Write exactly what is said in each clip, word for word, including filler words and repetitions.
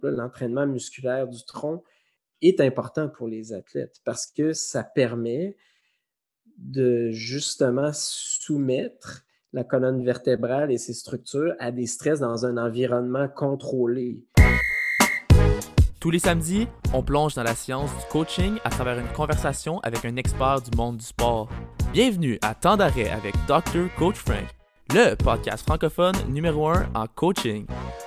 l'entraînement musculaire du tronc est important pour les athlètes parce que ça permet de justement soumettre la colonne vertébrale et ses structures à des stress dans un environnement contrôlé. Tous les samedis, on plonge dans la science du coaching à travers une conversation avec un expert du monde du sport. Bienvenue à Temps d'arrêt avec docteur Coach Frank, le podcast francophone numéro un en coaching.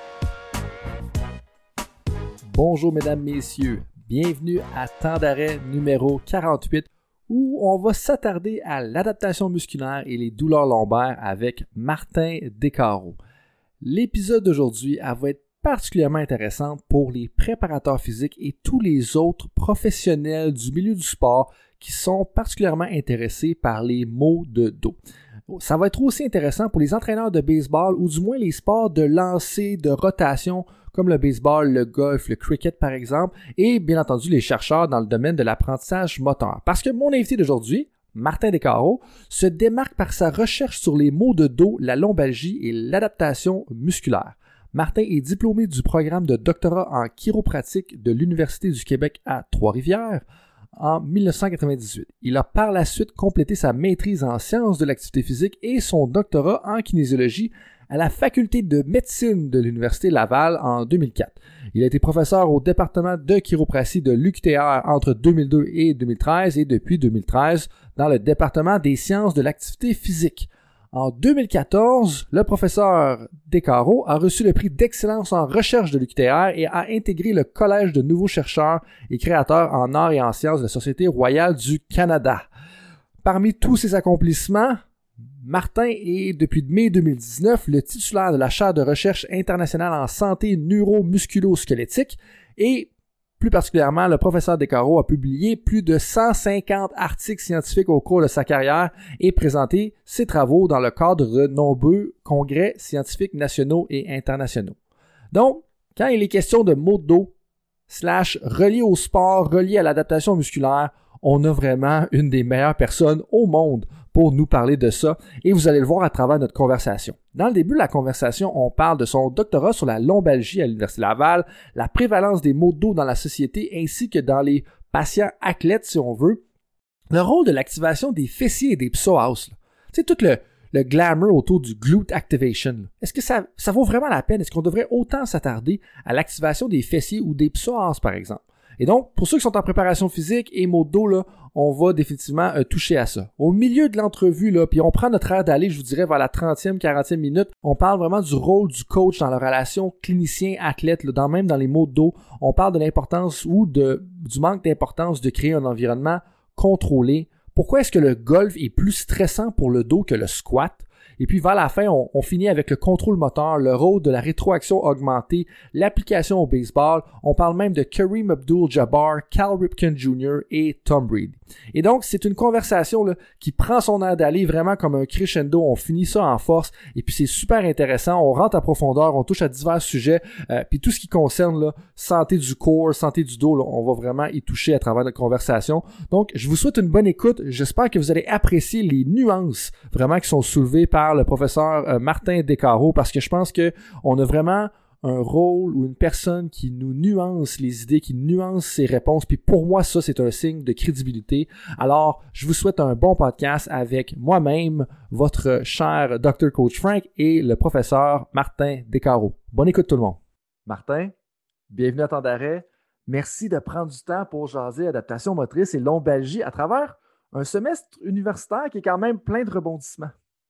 Bonjour mesdames, messieurs, bienvenue à Temps d'arrêt numéro quarante-huit où on va s'attarder à l'adaptation musculaire et les douleurs lombaires avec Martin Descarreaux. L'épisode d'aujourd'hui elle va être particulièrement intéressante pour les préparateurs physiques et tous les autres professionnels du milieu du sport qui sont particulièrement intéressés par les maux de dos. Ça va être aussi intéressant pour les entraîneurs de baseball ou du moins les sports de lancer, de rotation comme le baseball, le golf, le cricket par exemple, et bien entendu les chercheurs dans le domaine de l'apprentissage moteur. Parce que mon invité d'aujourd'hui, Martin Descarreaux, se démarque par sa recherche sur les maux de dos, la lombalgie et l'adaptation musculaire. Martin est diplômé du programme de doctorat en chiropratique de l'Université du Québec à Trois-Rivières en dix-neuf cent quatre-vingt-dix-huit. Il a par la suite complété sa maîtrise en sciences de l'activité physique et son doctorat en kinésiologie à la faculté de médecine de l'Université Laval en deux mille quatre. Il a été professeur au département de chiropratie de l'U Q T R entre deux mille deux et deux mille treize et depuis deux mille treize dans le département des sciences de l'activité physique. En deux mille quatorze, le professeur Descarreaux a reçu le prix d'excellence en recherche de l'U Q T R et a intégré le Collège de nouveaux chercheurs et créateurs en arts et en sciences de la Société royale du Canada. Parmi tous ses accomplissements, Martin est, depuis mai deux mille dix-neuf, le titulaire de la chaire de recherche internationale en santé neuro-musculo-squelettique et, plus particulièrement, le professeur Descarreaux a publié plus de cent cinquante articles scientifiques au cours de sa carrière et présenté ses travaux dans le cadre de nombreux congrès scientifiques nationaux et internationaux. Donc, quand il est question de maux de dos, slash reliés au sport, reliés à l'adaptation musculaire, on a vraiment une des meilleures personnes au monde pour nous parler de ça, et vous allez le voir à travers notre conversation. Dans le début de la conversation, on parle de son doctorat sur la lombalgie à l'Université Laval, la prévalence des maux de dos dans la société ainsi que dans les patients athlètes, si on veut, le rôle de l'activation des fessiers et des psoas. Tu sais, tout le, le glamour autour du glute activation. Là. Est-ce que ça, ça vaut vraiment la peine? Est-ce qu'on devrait autant s'attarder à l'activation des fessiers ou des psoas, par exemple? Et donc, pour ceux qui sont en préparation physique et maux de dos, là, on va définitivement euh, toucher à ça. Au milieu de l'entrevue, là, puis on prend notre air d'aller, je vous dirais, vers la trentième, quarantième minute, on parle vraiment du rôle du coach dans la relation clinicien-athlète, là, dans, même dans les maux de dos. On parle de l'importance ou de, du manque d'importance de créer un environnement contrôlé. Pourquoi est-ce que le golf est plus stressant pour le dos que le squat? Et puis vers la fin, on, on finit avec le contrôle moteur, le rôle de la rétroaction augmentée, l'application au baseball. On parle même de Kareem Abdul-Jabbar, Cal Ripken junior et Tom Brady. Et donc, c'est une conversation là, qui prend son air d'aller vraiment comme un crescendo. On finit ça en force et puis c'est super intéressant. On rentre à profondeur, on touche à divers sujets. Euh, puis tout ce qui concerne là, santé du corps, santé du dos, là, on va vraiment y toucher à travers notre conversation. Donc, je vous souhaite une bonne écoute. J'espère que vous allez apprécier les nuances vraiment qui sont soulevées par le professeur euh, Martin Descarreaux parce que je pense que on a vraiment un rôle ou une personne qui nous nuance les idées, qui nuance ses réponses. Puis pour moi, ça, c'est un signe de crédibilité. Alors, je vous souhaite un bon podcast avec moi-même, votre cher docteur Coach Frank et le professeur Martin Descarreaux. Bonne écoute tout le monde. Martin, bienvenue à Temps d'arrêt. Merci de prendre du temps pour jaser adaptation motrice et lombalgie à travers un semestre universitaire qui est quand même plein de rebondissements.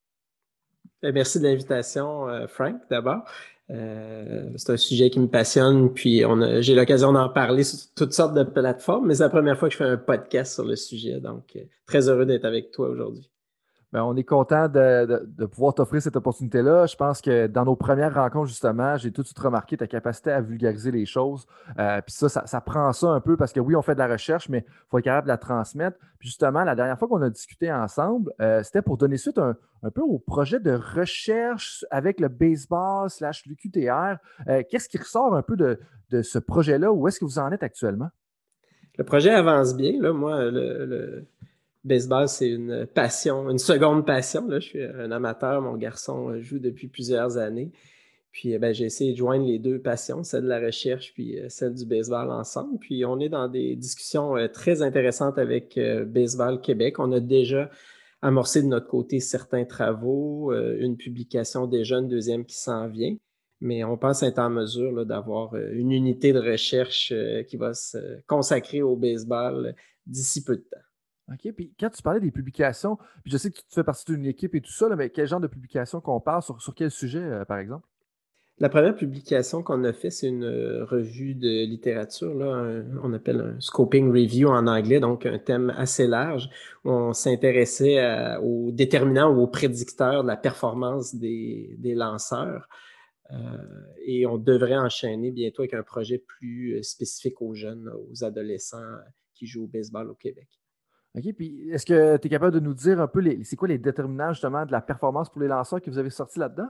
Merci de l'invitation, Frank, d'abord. Euh, c'est un sujet qui me passionne, puis on a, j'ai l'occasion d'en parler sur toutes sortes de plateformes, mais c'est la première fois que je fais un podcast sur le sujet, donc très heureux d'être avec toi aujourd'hui. Bien, on est content de, de, de pouvoir t'offrir cette opportunité-là. Je pense que dans nos premières rencontres, justement, j'ai tout de suite remarqué ta capacité à vulgariser les choses. Euh, puis ça, ça, ça prend ça un peu parce que oui, on fait de la recherche, mais il faut être capable de la transmettre. Puis justement, la dernière fois qu'on a discuté ensemble, euh, c'était pour donner suite un, un peu au projet de recherche avec le baseball slash l'U Q T R. Euh, qu'est-ce qui ressort un peu de, de ce projet-là? Où est-ce que vous en êtes actuellement? Le projet avance bien. Là. Moi, le... le... baseball, c'est une passion, une seconde passion. Là. Je suis un amateur, mon garçon joue depuis plusieurs années. Puis ben, j'ai essayé de joindre les deux passions, celle de la recherche puis euh, celle du baseball ensemble. Puis on est dans des discussions euh, très intéressantes avec euh, Baseball Québec. On a déjà amorcé de notre côté certains travaux, euh, une publication déjà, une deuxième qui s'en vient. Mais on pense être en mesure là, d'avoir euh, une unité de recherche euh, qui va se consacrer au baseball euh, d'ici peu de temps. OK. Puis quand tu parlais des publications, puis je sais que tu fais partie d'une équipe et tout ça, là, mais quel genre de publications qu'on parle, sur, sur quel sujet, euh, par exemple? La première publication qu'on a fait, c'est une euh, revue de littérature, là, un- on appelle un scoping review en anglais, donc un thème assez large. Où on s'intéressait à- aux déterminants ou aux prédicteurs de la performance des, des lanceurs. Euh, et on devrait enchaîner bientôt avec un projet plus euh, spécifique aux jeunes, aux adolescents qui jouent au baseball au Québec. OK. Puis est-ce que tu es capable de nous dire un peu les, c'est quoi les déterminants justement de la performance pour les lanceurs que vous avez sortis là-dedans?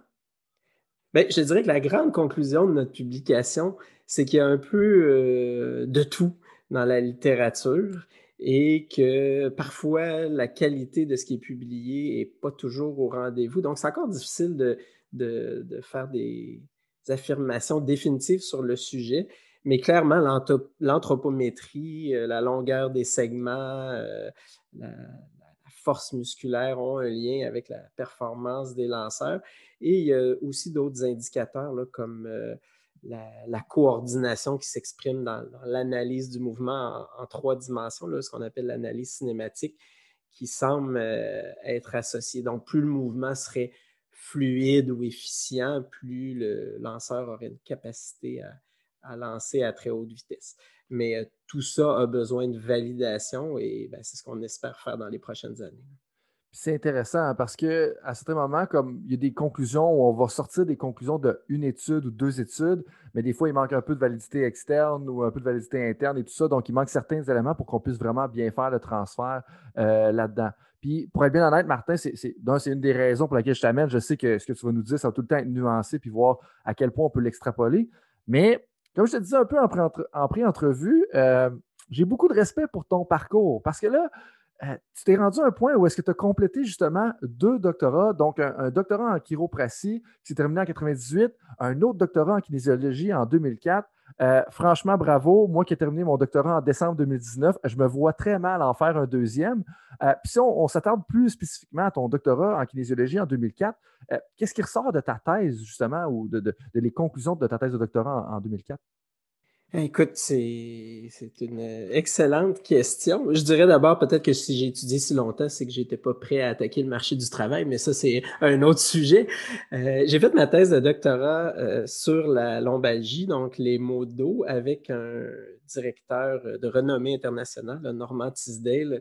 Ben, je dirais que la grande conclusion de notre publication, c'est qu'il y a un peu euh, de tout dans la littérature et que parfois la qualité de ce qui est publié n'est pas toujours au rendez-vous. Donc, c'est encore difficile de, de, de faire des affirmations définitives sur le sujet, mais clairement, l'anthro- l'anthropométrie, euh, la longueur des segments, euh, la, la force musculaire ont un lien avec la performance des lanceurs. Et il y a aussi d'autres indicateurs là, comme euh, la, la, coordination qui s'exprime dans, dans l'analyse du mouvement en, en trois dimensions, là, ce qu'on appelle l'analyse cinématique, qui semble euh, être associée. Donc, plus le mouvement serait fluide ou efficient, plus le lanceur aurait une capacité à, à lancer à très haute vitesse. Mais euh, tout ça a besoin de validation et ben, c'est ce qu'on espère faire dans les prochaines années. Puis c'est intéressant hein, parce que à certains moments, comme il y a des conclusions où on va sortir des conclusions d'une étude ou deux études, mais des fois, il manque un peu de validité externe ou un peu de validité interne et tout ça. Donc, il manque certains éléments pour qu'on puisse vraiment bien faire le transfert euh, là-dedans. Puis, pour être bien honnête, Martin, c'est, c'est, donc, c'est une des raisons pour laquelle je t'amène. Je sais que ce que tu vas nous dire, ça va tout le temps être nuancé puis voir à quel point on peut l'extrapoler. Mais, comme je te disais un peu en, pré- en pré-entrevue, euh, j'ai beaucoup de respect pour ton parcours parce que là, euh, tu t'es rendu à un point où est-ce que tu as complété justement deux doctorats, donc un, un doctorat en chiropratie qui s'est terminé en quatre-vingt-dix-huit, un autre doctorat en kinésiologie en deux mille quatre. Euh, franchement, bravo. Moi qui ai terminé mon doctorat en décembre deux mille dix-neuf, je me vois très mal en faire un deuxième. Euh, Puis si on, on s'attarde plus spécifiquement à ton doctorat en kinésiologie en deux mille quatre, euh, qu'est-ce qui ressort de ta thèse justement ou de, de, de les conclusions de ta thèse de doctorat en, en deux mille quatre? Écoute, c'est c'est une excellente question. Je dirais d'abord peut-être que si j'ai étudié si longtemps, c'est que j'étais pas prêt à attaquer le marché du travail, mais ça, c'est un autre sujet. Euh, j'ai fait ma thèse de doctorat euh, sur la lombalgie, donc les maux de dos, avec un directeur de renommée internationale, là, Norman Tisdale,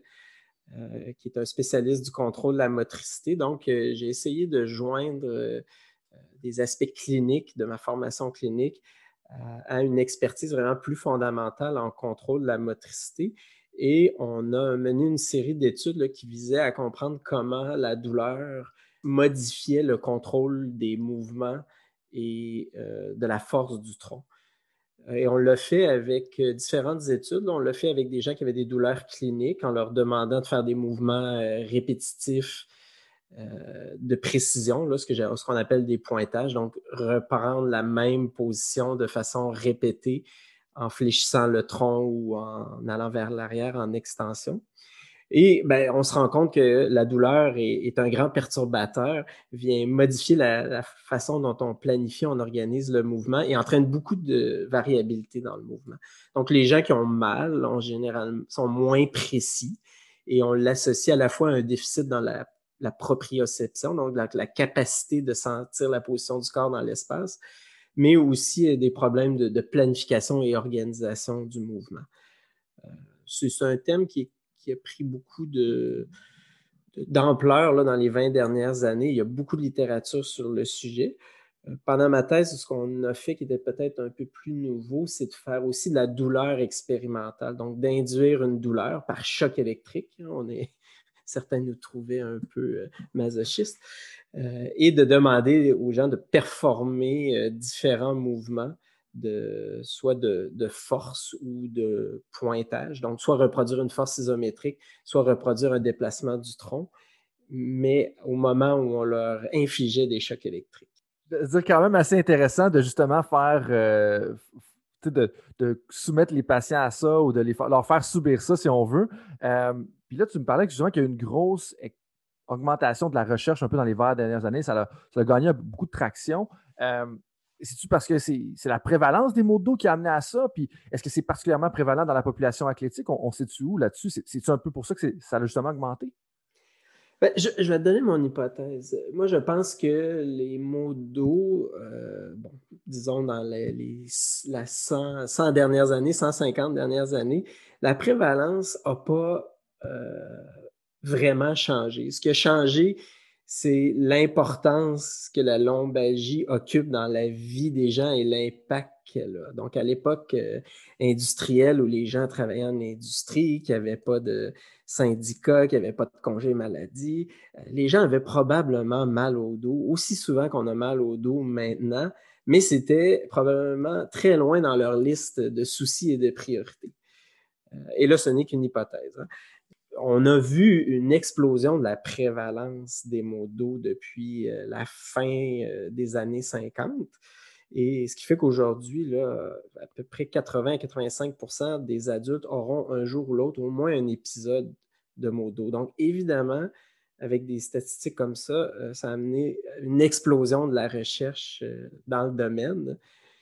euh, qui est un spécialiste du contrôle de la motricité. Donc, euh, j'ai essayé de joindre euh, des aspects cliniques de ma formation clinique à une expertise vraiment plus fondamentale en contrôle de la motricité. Et on a mené une série d'études là, qui visaient à comprendre comment la douleur modifiait le contrôle des mouvements et euh, de la force du tronc. Et on l'a fait avec différentes études. On l'a fait avec des gens qui avaient des douleurs cliniques en leur demandant de faire des mouvements euh, répétitifs euh, de précision, là, ce, que ce qu'on appelle des pointages, donc reprendre la même position de façon répétée en fléchissant le tronc ou en allant vers l'arrière en extension. Et ben, on se rend compte que la douleur est, est un grand perturbateur, vient modifier la, la, façon dont on planifie, on organise le mouvement et entraîne beaucoup de variabilité dans le mouvement. Donc, les gens qui ont mal, en général, sont moins précis et on l'associe à la fois à un déficit dans la, la proprioception, donc la, la capacité de sentir la position du corps dans l'espace, mais aussi des problèmes de, de planification et organisation du mouvement. Euh, c'est, c'est un thème qui est qui a pris beaucoup de, de, d'ampleur là, dans les vingt dernières années. Il y a beaucoup de littérature sur le sujet. Euh, pendant ma thèse, ce qu'on a fait qui était peut-être un peu plus nouveau, c'est de faire aussi de la douleur expérimentale, donc d'induire une douleur par choc électrique. On est certains nous trouvaient un peu euh, masochistes, euh, et de demander aux gens de performer euh, différents mouvements de, soit de, de force ou de pointage. Donc, soit reproduire une force isométrique, soit reproduire un déplacement du tronc, mais au moment où on leur infligeait des chocs électriques. C'est quand même assez intéressant de justement faire, euh, de, de soumettre les patients à ça ou de les, leur faire subir ça si on veut. Euh, puis là, tu me parlais que justement qu'il y a eu une grosse augmentation de la recherche un peu dans les vingt dernières années. Ça a, ça a gagné beaucoup de traction. Euh, C'est-tu parce que c'est, c'est la prévalence des maux de dos qui a amené à ça? Puis est-ce que c'est particulièrement prévalent dans la population athlétique? On, on sait-tu où là-dessus? C'est, c'est-tu un peu pour ça que ça a justement augmenté? Ben, je, je vais te donner mon hypothèse. Moi, je pense que les maux de dos, euh, bon, disons dans les, les la cent, cent dernières années, cent cinquante dernières années, la prévalence n'a pas euh, vraiment changé. Ce qui a changé, c'est l'importance que la lombalgie occupe dans la vie des gens et l'impact qu'elle a. Donc, à l'époque euh, industrielle où les gens travaillaient en industrie, qu'il n'y avait pas de syndicats, qu'il n'y avait pas de congé maladie, euh, les gens avaient probablement mal au dos, aussi souvent qu'on a mal au dos maintenant, mais c'était probablement très loin dans leur liste de soucis et de priorités. Euh, et là, ce n'est qu'une hypothèse. Hein. On a vu une explosion de la prévalence des maux de dos depuis euh, la fin euh, des années cinquante. Et ce qui fait qu'aujourd'hui, là, à peu près quatre-vingts à quatre-vingt-cinq pour cent des adultes auront un jour ou l'autre au moins un épisode de maux de dos. Donc, évidemment, avec des statistiques comme ça, euh, ça a amené une explosion de la recherche euh, dans le domaine.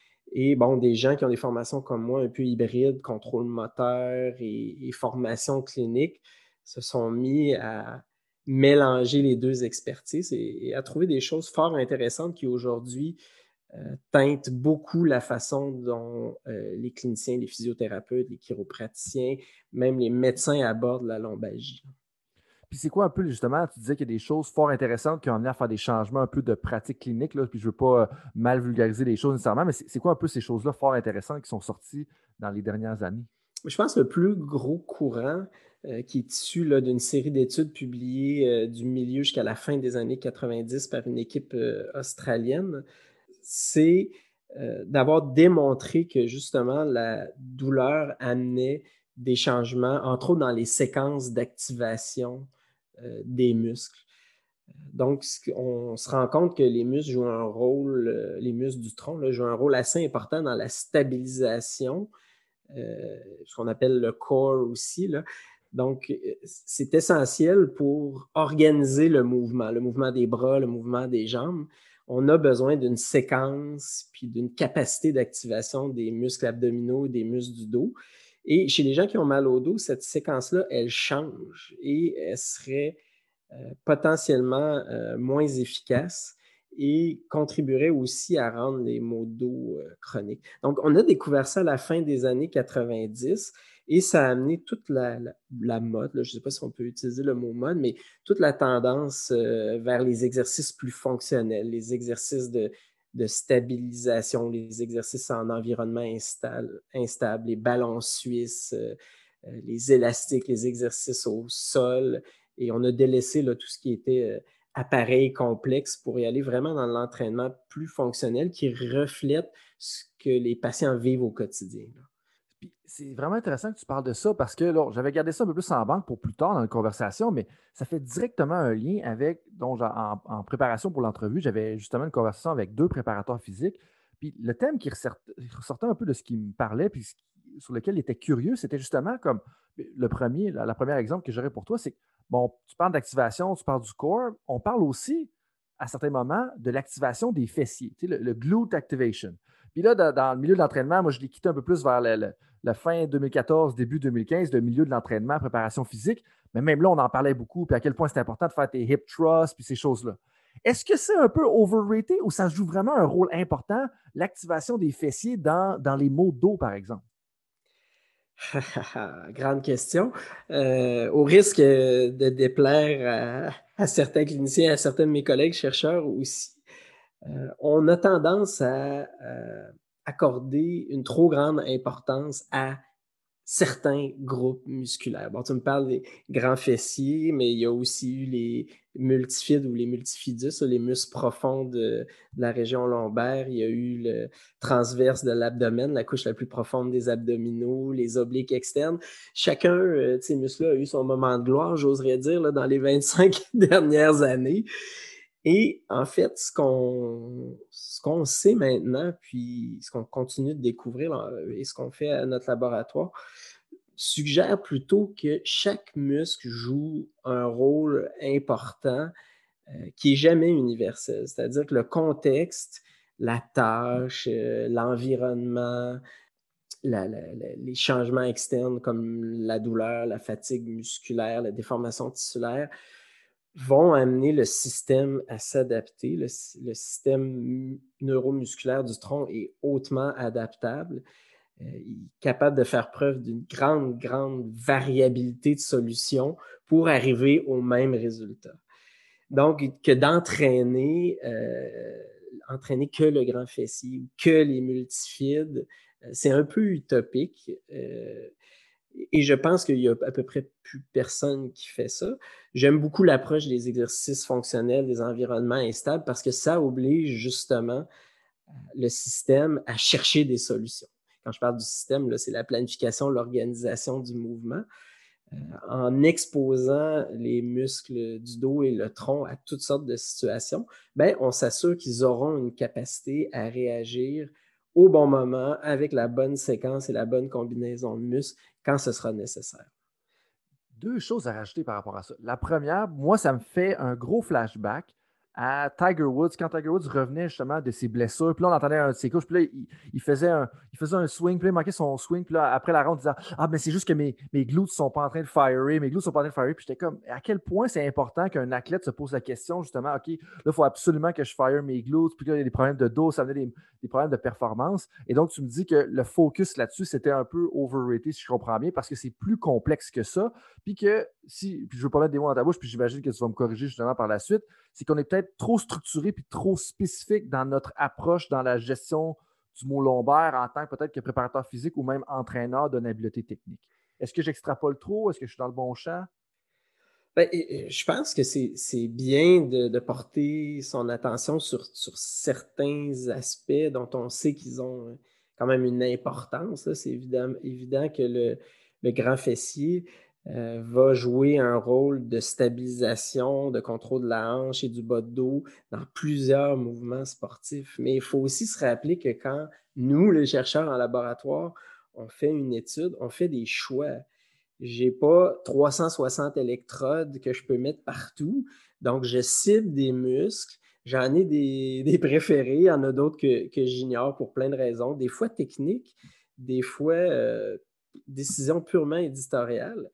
Et bon, des gens qui ont des formations comme moi, un peu hybrides, contrôle moteur et, et formation clinique, se sont mis à mélanger les deux expertises et, et à trouver des choses fort intéressantes qui aujourd'hui euh, teintent beaucoup la façon dont euh, les cliniciens, les physiothérapeutes, les chiropraticiens, même les médecins abordent la lombalgie. Puis c'est quoi un peu, justement, tu disais qu'il y a des choses fort intéressantes qui ont amené à faire des changements un peu de pratique clinique, là, puis je ne veux pas euh, mal vulgariser les choses nécessairement, mais c'est, c'est quoi un peu ces choses-là fort intéressantes qui sont sorties dans les dernières années? Je pense que le plus gros courant euh, qui est issu là, d'une série d'études publiées euh, du milieu jusqu'à la fin des années quatre-vingt-dix par une équipe euh, australienne, c'est euh, d'avoir démontré que justement la douleur amenait des changements, entre autres dans les séquences d'activation euh, des muscles. Donc, on se rend compte que les muscles jouent un rôle, euh, les muscles du tronc là, jouent un rôle assez important dans la stabilisation, euh, ce qu'on appelle le core aussi, là. Donc, c'est essentiel pour organiser le mouvement, le mouvement des bras, le mouvement des jambes. On a besoin d'une séquence puis d'une capacité d'activation des muscles abdominaux et des muscles du dos. Et chez les gens qui ont mal au dos, cette séquence-là, elle change et elle serait euh, potentiellement euh, moins efficace et contribuerait aussi à rendre les maux de dos euh, chroniques. Donc, on a découvert ça à la fin des années quatre-vingt-dix et ça a amené toute la, la, la mode, là, je ne sais pas si on peut utiliser le mot mode, mais toute la tendance euh, vers les exercices plus fonctionnels, les exercices de, de stabilisation, les exercices en environnement instable, instable les ballons suisses, euh, les élastiques, les exercices au sol. Et on a délaissé là, tout ce qui était euh, appareil complexe pour y aller vraiment dans l'entraînement plus fonctionnel qui reflète ce que les patients vivent au quotidien. Là. Puis c'est vraiment intéressant que tu parles de ça parce que là, j'avais gardé ça un peu plus en banque pour plus tard dans la conversation, mais ça fait directement un lien avec, donc en, en préparation pour l'entrevue, j'avais justement une conversation avec deux préparateurs physiques. Puis le thème qui ressortait un peu de ce qui me parlait, puis sur lequel il était curieux, c'était justement comme le premier, la, la première exemple que j'aurais pour toi, c'est que, bon, tu parles d'activation, tu parles du corps, on parle aussi, à certains moments, de l'activation des fessiers, tu sais, le, le glute activation. Puis là, dans, dans le milieu de l'entraînement, moi, je l'ai quitté un peu plus vers le, le, la fin deux mille quatorze, début deux mille quinze, le milieu de l'entraînement, préparation physique. Mais même là, on en parlait beaucoup, puis à quel point c'est important de faire tes hip thrusts, puis ces choses-là. Est-ce que c'est un peu overrated ou ça joue vraiment un rôle important, l'activation des fessiers dans, dans les maux de dos, par exemple? Grande question. Euh, au risque de déplaire à, à certains cliniciens, à certains de mes collègues chercheurs aussi, euh, on a tendance à, à accorder une trop grande importance à certains groupes musculaires. Bon, tu me parles des grands fessiers, mais il y a aussi eu les multifides ou les multifidus, les muscles profonds de, de la région lombaire. Il y a eu le transverse de l'abdomen, la couche la plus profonde des abdominaux, les obliques externes. Chacun euh, de ces muscles-là a eu son moment de gloire, j'oserais dire, là, dans les vingt-cinq dernières années. Et en fait, ce qu'on, ce qu'on sait maintenant, puis ce qu'on continue de découvrir et ce qu'on fait à notre laboratoire, suggère plutôt que chaque muscle joue un rôle important euh, qui n'est jamais universel. C'est-à-dire que le contexte, la tâche, euh, l'environnement, la, la, la, les changements externes comme la douleur, la fatigue musculaire, la déformation tissulaire, vont amener le système à s'adapter. Le, le système neuromusculaire du tronc est hautement adaptable. Euh, il est capable de faire preuve d'une grande, grande variabilité de solutions pour arriver au même résultat. Donc, que d'entraîner, euh, entraîner que le grand fessier ou que les multifides, euh, c'est un peu utopique. Euh, et je pense qu'il y a à peu près plus personne qui fait ça. J'aime beaucoup l'approche des exercices fonctionnels, des environnements instables, parce que ça oblige justement le système à chercher des solutions. Quand je parle du système, là, c'est la planification, l'organisation du mouvement. Euh, en exposant les muscles du dos et le tronc à toutes sortes de situations, ben, on s'assure qu'ils auront une capacité à réagir au bon moment, avec la bonne séquence et la bonne combinaison de muscles quand ce sera nécessaire. Deux choses à rajouter par rapport à ça. La première, moi, ça me fait un gros flashback à Tiger Woods, quand Tiger Woods revenait justement de ses blessures. Puis là, on entendait un de ses coachs, puis là, il, il, faisait un, il faisait un swing, puis là, il manquait son swing. Puis là, après la ronde, il disait « Ah, mais c'est juste que mes, mes glutes ne sont pas en train de firer, mes glutes sont pas en train de firer. » Puis j'étais comme, à quel point c'est important qu'un athlète se pose la question, justement, OK, là, il faut absolument que je fire mes glutes, puis là, il y a des problèmes de dos, ça venait des, des problèmes de performance. Et donc, tu me dis que le focus là-dessus, c'était un peu overrated, si je comprends bien, parce que c'est plus complexe que ça. Puis que, si, puis je ne veux pas mettre des mots dans ta bouche, puis j'imagine que tu vas me corriger justement par la suite, c'est qu'on est peut-être trop structuré puis trop spécifique dans notre approche dans la gestion du mot lombaire en tant que peut-être que préparateur physique ou même entraîneur d'une habileté technique. Est-ce que j'extrapole trop? Est-ce que je suis dans le bon champ? Ben, je pense que c'est, c'est bien de, de porter son attention sur, sur certains aspects dont on sait qu'ils ont quand même une importance. Là. C'est évident, évident que le, le grand fessier euh, va jouer un rôle de stabilisation, de contrôle de la hanche et du bas de dos dans plusieurs mouvements sportifs. Mais il faut aussi se rappeler que quand nous, les chercheurs en laboratoire, on fait une étude, on fait des choix. J'ai pas trois cent soixante électrodes que je peux mettre partout. Donc, je cible des muscles. J'en ai des, des préférés. Il y en a d'autres que, que j'ignore pour plein de raisons. Des fois techniques, des fois euh, décisions purement éditoriales.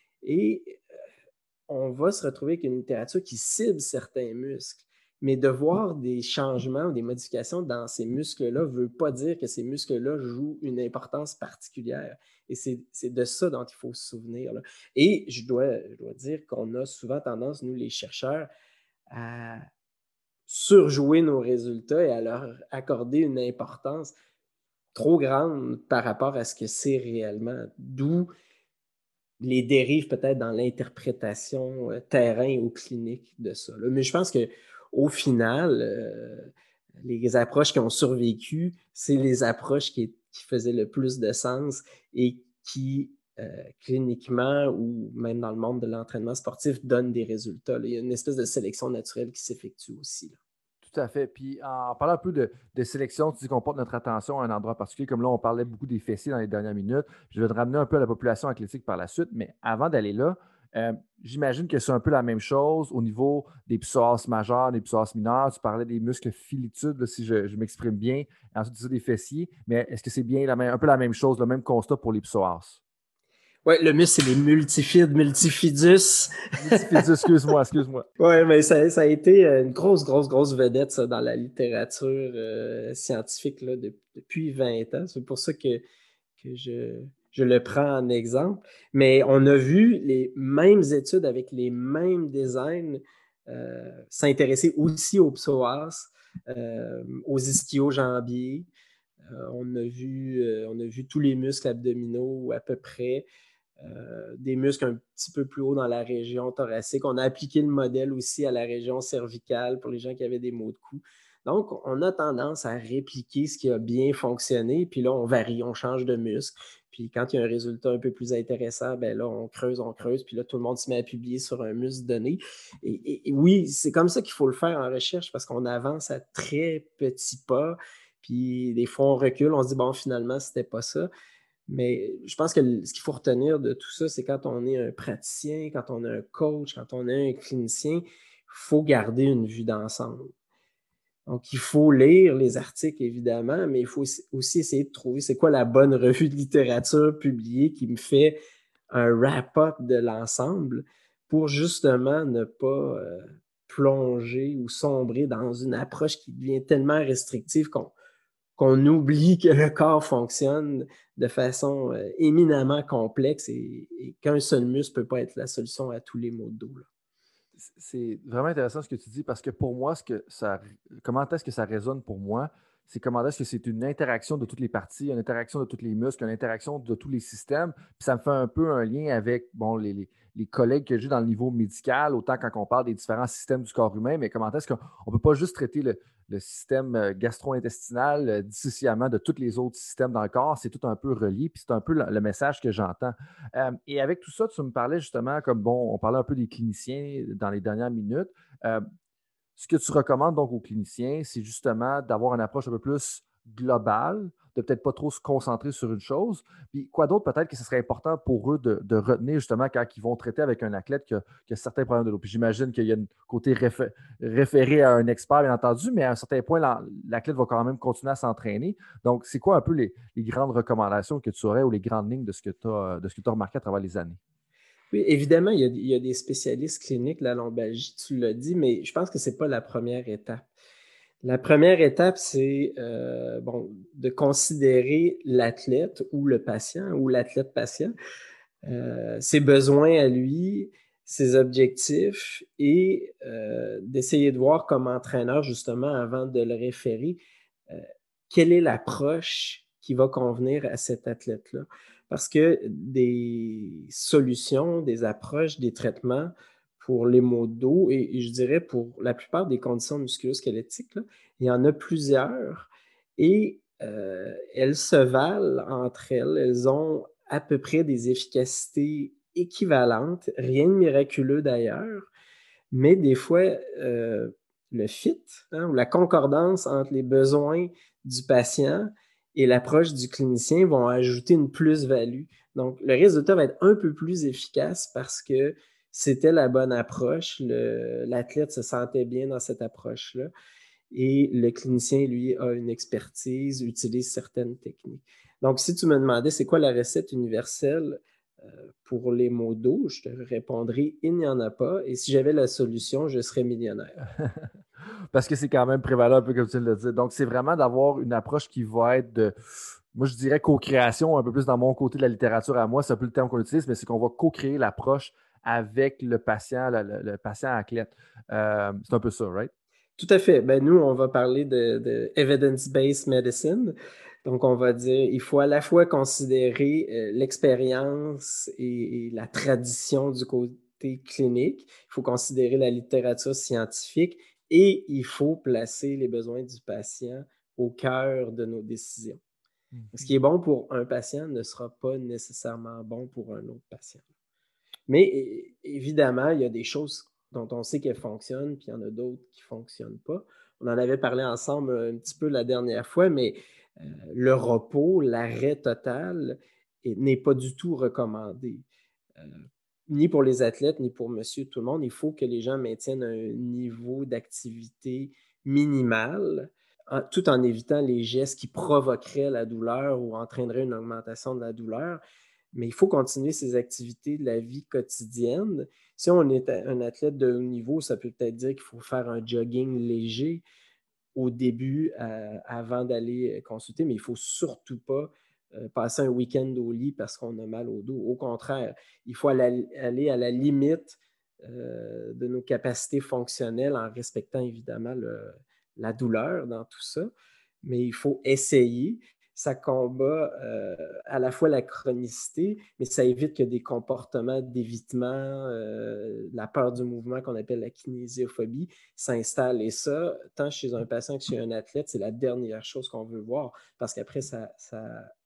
Et euh, on va se retrouver avec une littérature qui cible certains muscles. Mais de voir des changements ou des modifications dans ces muscles-là ne veut pas dire que ces muscles-là jouent une importance particulière. Et c'est, c'est de ça dont il faut se souvenir. Là. Et je dois, je dois dire qu'on a souvent tendance, nous les chercheurs, à surjouer nos résultats et à leur accorder une importance trop grande par rapport à ce que c'est réellement. D'où les dérives peut-être dans l'interprétation euh, terrain ou clinique de ça. Là. Mais je pense qu'au final, euh, les approches qui ont survécu, c'est les approches qui, qui faisaient le plus de sens et qui, euh, cliniquement ou même dans le monde de l'entraînement sportif, donnent des résultats. Là. Il y a une espèce de sélection naturelle qui s'effectue aussi. Là. Tout à fait. Puis en parlant un peu de, de sélection, tu dis qu'on porte notre attention à un endroit particulier. Comme là, on parlait beaucoup des fessiers dans les dernières minutes. Je vais te ramener un peu à la population athlétique par la suite. Mais avant d'aller là, euh, j'imagine que c'est un peu la même chose au niveau des psoas majeurs, des psoas mineurs. Tu parlais des muscles filitudes, là, si je, je m'exprime bien. Ensuite, tu dis des fessiers. Mais est-ce que c'est bien la même, un peu la même chose, le même constat pour les psoas? Oui, le muscle, c'est les multifides, multifidus. Multifidus, excuse-moi, excuse-moi. Oui, mais ça, ça a été une grosse, grosse, grosse vedette, ça, dans la littérature euh, scientifique là, de, depuis vingt ans. C'est pour ça que, que je, je le prends en exemple. Mais on a vu les mêmes études avec les mêmes designs euh, s'intéresser aussi aux psoas, euh, aux ischio-jambiers. Euh, on a vu, euh, on a vu tous les muscles abdominaux à peu près. Euh, des muscles un petit peu plus haut dans la région thoracique. On a appliqué le modèle aussi à la région cervicale pour les gens qui avaient des maux de cou. Donc, on a tendance à répliquer ce qui a bien fonctionné, puis là, on varie, on change de muscle, Puis quand il y a un résultat un peu plus intéressant, ben là, on creuse, on creuse, puis là, tout le monde se met à publier sur un muscle donné. Et, et, et oui, c'est comme ça qu'il faut le faire en recherche parce qu'on avance à très petits pas, puis des fois, on recule, on se dit, bon, finalement, c'était pas ça. Mais je pense que ce qu'il faut retenir de tout ça, c'est quand on est un praticien, quand on est un coach, quand on est un clinicien, il faut garder une vue d'ensemble. Donc, il faut lire les articles, évidemment, mais il faut aussi essayer de trouver c'est quoi la bonne revue de littérature publiée qui me fait un wrap-up de l'ensemble pour justement ne pas euh, plonger ou sombrer dans une approche qui devient tellement restrictive qu'on qu'on oublie que le corps fonctionne de façon euh, éminemment complexe et, et qu'un seul muscle ne peut pas être la solution à tous les maux de dos, là. C'est vraiment intéressant ce que tu dis parce que pour moi, ce que ça, comment est-ce que ça résonne pour moi, c'est comment est-ce que c'est une interaction de toutes les parties, une interaction de tous les muscles, une interaction de tous les systèmes. Puis ça me fait un peu un lien avec bon, les, les, les collègues que j'ai dans le niveau médical, autant quand on parle des différents systèmes du corps humain, mais comment est-ce qu'on ne peut pas juste traiter le, le système gastro-intestinal euh, dissociamment de tous les autres systèmes dans le corps. C'est tout un peu relié, puis c'est un peu le, le message que j'entends. Euh, et avec tout ça, tu me parlais justement, comme bon, on parlait un peu des cliniciens dans les dernières minutes. Euh, ce que tu recommandes donc aux cliniciens, c'est justement d'avoir une approche un peu plus globale, de peut-être pas trop se concentrer sur une chose. Puis quoi d'autre, peut-être que ce serait important pour eux de, de retenir justement quand ils vont traiter avec un athlète qui a, qui a certains problèmes de dos. Puis j'imagine qu'il y a un côté réfé- référé à un expert, bien entendu, mais à un certain point, la- l'athlète va quand même continuer à s'entraîner. Donc, c'est quoi un peu les, les grandes recommandations que tu aurais ou les grandes lignes de ce que tu as, de ce que tu as remarqué à travers les années? Oui, évidemment, il y a, il y a des spécialistes cliniques, la lombalgie, tu l'as dit, mais je pense que ce n'est pas la première étape. La première étape, c'est euh, bon, de considérer l'athlète ou le patient ou l'athlète-patient, euh, ses besoins à lui, ses objectifs et euh, d'essayer de voir comme entraîneur, justement, avant de le référer, euh, quelle est l'approche qui va convenir à cet athlète-là. Parce que des solutions, des approches, des traitements pour les maux de dos, et, et je dirais pour la plupart des conditions musculo-squelettiques, là, il y en a plusieurs et euh, elles se valent entre elles. Elles ont à peu près des efficacités équivalentes, rien de miraculeux d'ailleurs, mais des fois, euh, le fit, hein, ou la concordance entre les besoins du patient et l'approche du clinicien vont ajouter une plus-value. Donc, le résultat va être un peu plus efficace parce que c'était la bonne approche, le, l'athlète se sentait bien dans cette approche-là et le clinicien, lui, a une expertise, utilise certaines techniques. Donc, si tu me demandais c'est quoi la recette universelle euh, pour les maux d'eau, je te répondrais il n'y en a pas. Et si j'avais la solution, je serais millionnaire. Parce que c'est quand même prévalent, un peu comme tu le dis. Donc, c'est vraiment d'avoir une approche qui va être de, moi, je dirais co-création, un peu plus dans mon côté de la littérature à moi. C'est un peu le terme qu'on utilise, mais c'est qu'on va co-créer l'approche avec le patient, le, le, le patient athlète. Euh, c'est un peu ça, right? Tout à fait. Ben, nous, on va parler de, de evidence-based medicine. Donc, on va dire il faut à la fois considérer euh, l'expérience et, et la tradition du côté clinique. Il faut considérer la littérature scientifique et il faut placer les besoins du patient au cœur de nos décisions. Ce qui est bon pour un patient ne sera pas nécessairement bon pour un autre patient. Mais évidemment, il y a des choses dont on sait qu'elles fonctionnent, puis il y en a d'autres qui ne fonctionnent pas. On en avait parlé ensemble un petit peu la dernière fois, mais euh, le repos, l'arrêt total n'est pas du tout recommandé. Euh, ni pour les athlètes, ni pour monsieur tout le monde. Il faut que les gens maintiennent un niveau d'activité minimal, en, tout en évitant les gestes qui provoqueraient la douleur ou entraîneraient une augmentation de la douleur. Mais il faut continuer ces activités de la vie quotidienne. Si on est un athlète de haut niveau, ça peut peut-être dire qu'il faut faire un jogging léger au début euh, avant d'aller consulter, mais il ne faut surtout pas euh, passer un week-end au lit parce qu'on a mal au dos. Au contraire, il faut aller, aller à la limite euh, de nos capacités fonctionnelles en respectant évidemment le, la douleur dans tout ça, mais il faut essayer. Ça combat euh, à la fois la chronicité, mais ça évite que des comportements d'évitement, euh, la peur du mouvement qu'on appelle la kinésiophobie s'installent. Et ça, tant chez un patient que chez un athlète, c'est la dernière chose qu'on veut voir parce qu'après, ça, ça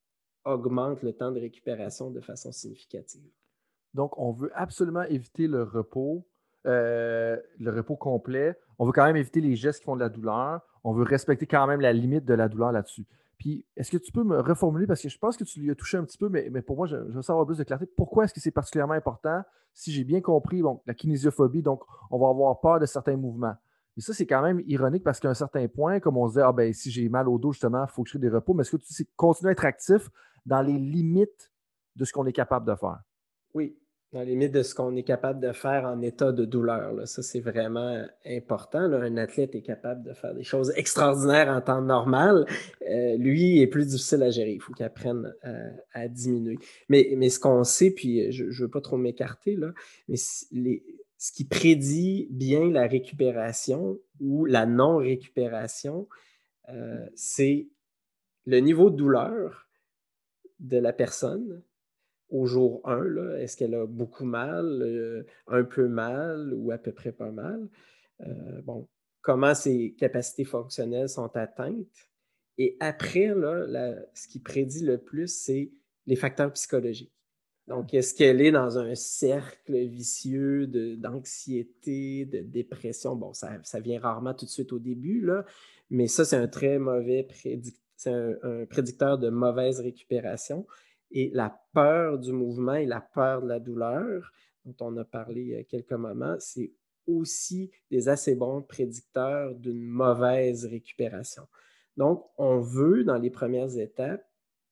augmente le temps de récupération de façon significative. Donc, on veut absolument éviter le repos, euh, le repos complet. On veut quand même éviter les gestes qui font de la douleur. On veut respecter quand même la limite de la douleur là-dessus. Puis, est-ce que tu peux me reformuler, parce que je pense que tu lui as touché un petit peu, mais, mais pour moi, je, je veux savoir plus de clarté. Pourquoi est-ce que c'est particulièrement important? Si j'ai bien compris, bon, la kinésiophobie, donc on va avoir peur de certains mouvements. Et ça, c'est quand même ironique parce qu'à un certain point, comme on se dit, ah ben si j'ai mal au dos, justement, il faut que je fasse des repos. Mais est-ce que tu sais, continuer à être actif dans les limites de ce qu'on est capable de faire? Oui, dans les limites de ce qu'on est capable de faire en état de douleur. Là. Ça, c'est vraiment important. Là. Un athlète est capable de faire des choses extraordinaires en temps normal. Euh, lui est plus difficile à gérer. Il faut qu'il apprenne à, à diminuer. Mais, mais ce qu'on sait, puis je ne veux pas trop m'écarter, là, mais les, ce qui prédit bien la récupération ou la non-récupération, euh, c'est le niveau de douleur de la personne au jour un, là, est-ce qu'elle a beaucoup mal, euh, un peu mal ou à peu près pas mal? Euh, bon, comment ses capacités fonctionnelles sont atteintes? Et après, là, la, ce qui prédit le plus, c'est les facteurs psychologiques. Donc, est-ce qu'elle est dans un cercle vicieux de, d'anxiété, de dépression? Bon, ça, ça vient rarement tout de suite au début, là, mais ça, c'est un très mauvais prédic- c'est un, un prédicteur de mauvaise récupération. Et la peur du mouvement et la peur de la douleur, dont on a parlé il y a quelques moments, c'est aussi des assez bons prédicteurs d'une mauvaise récupération. Donc, on veut, dans les premières étapes,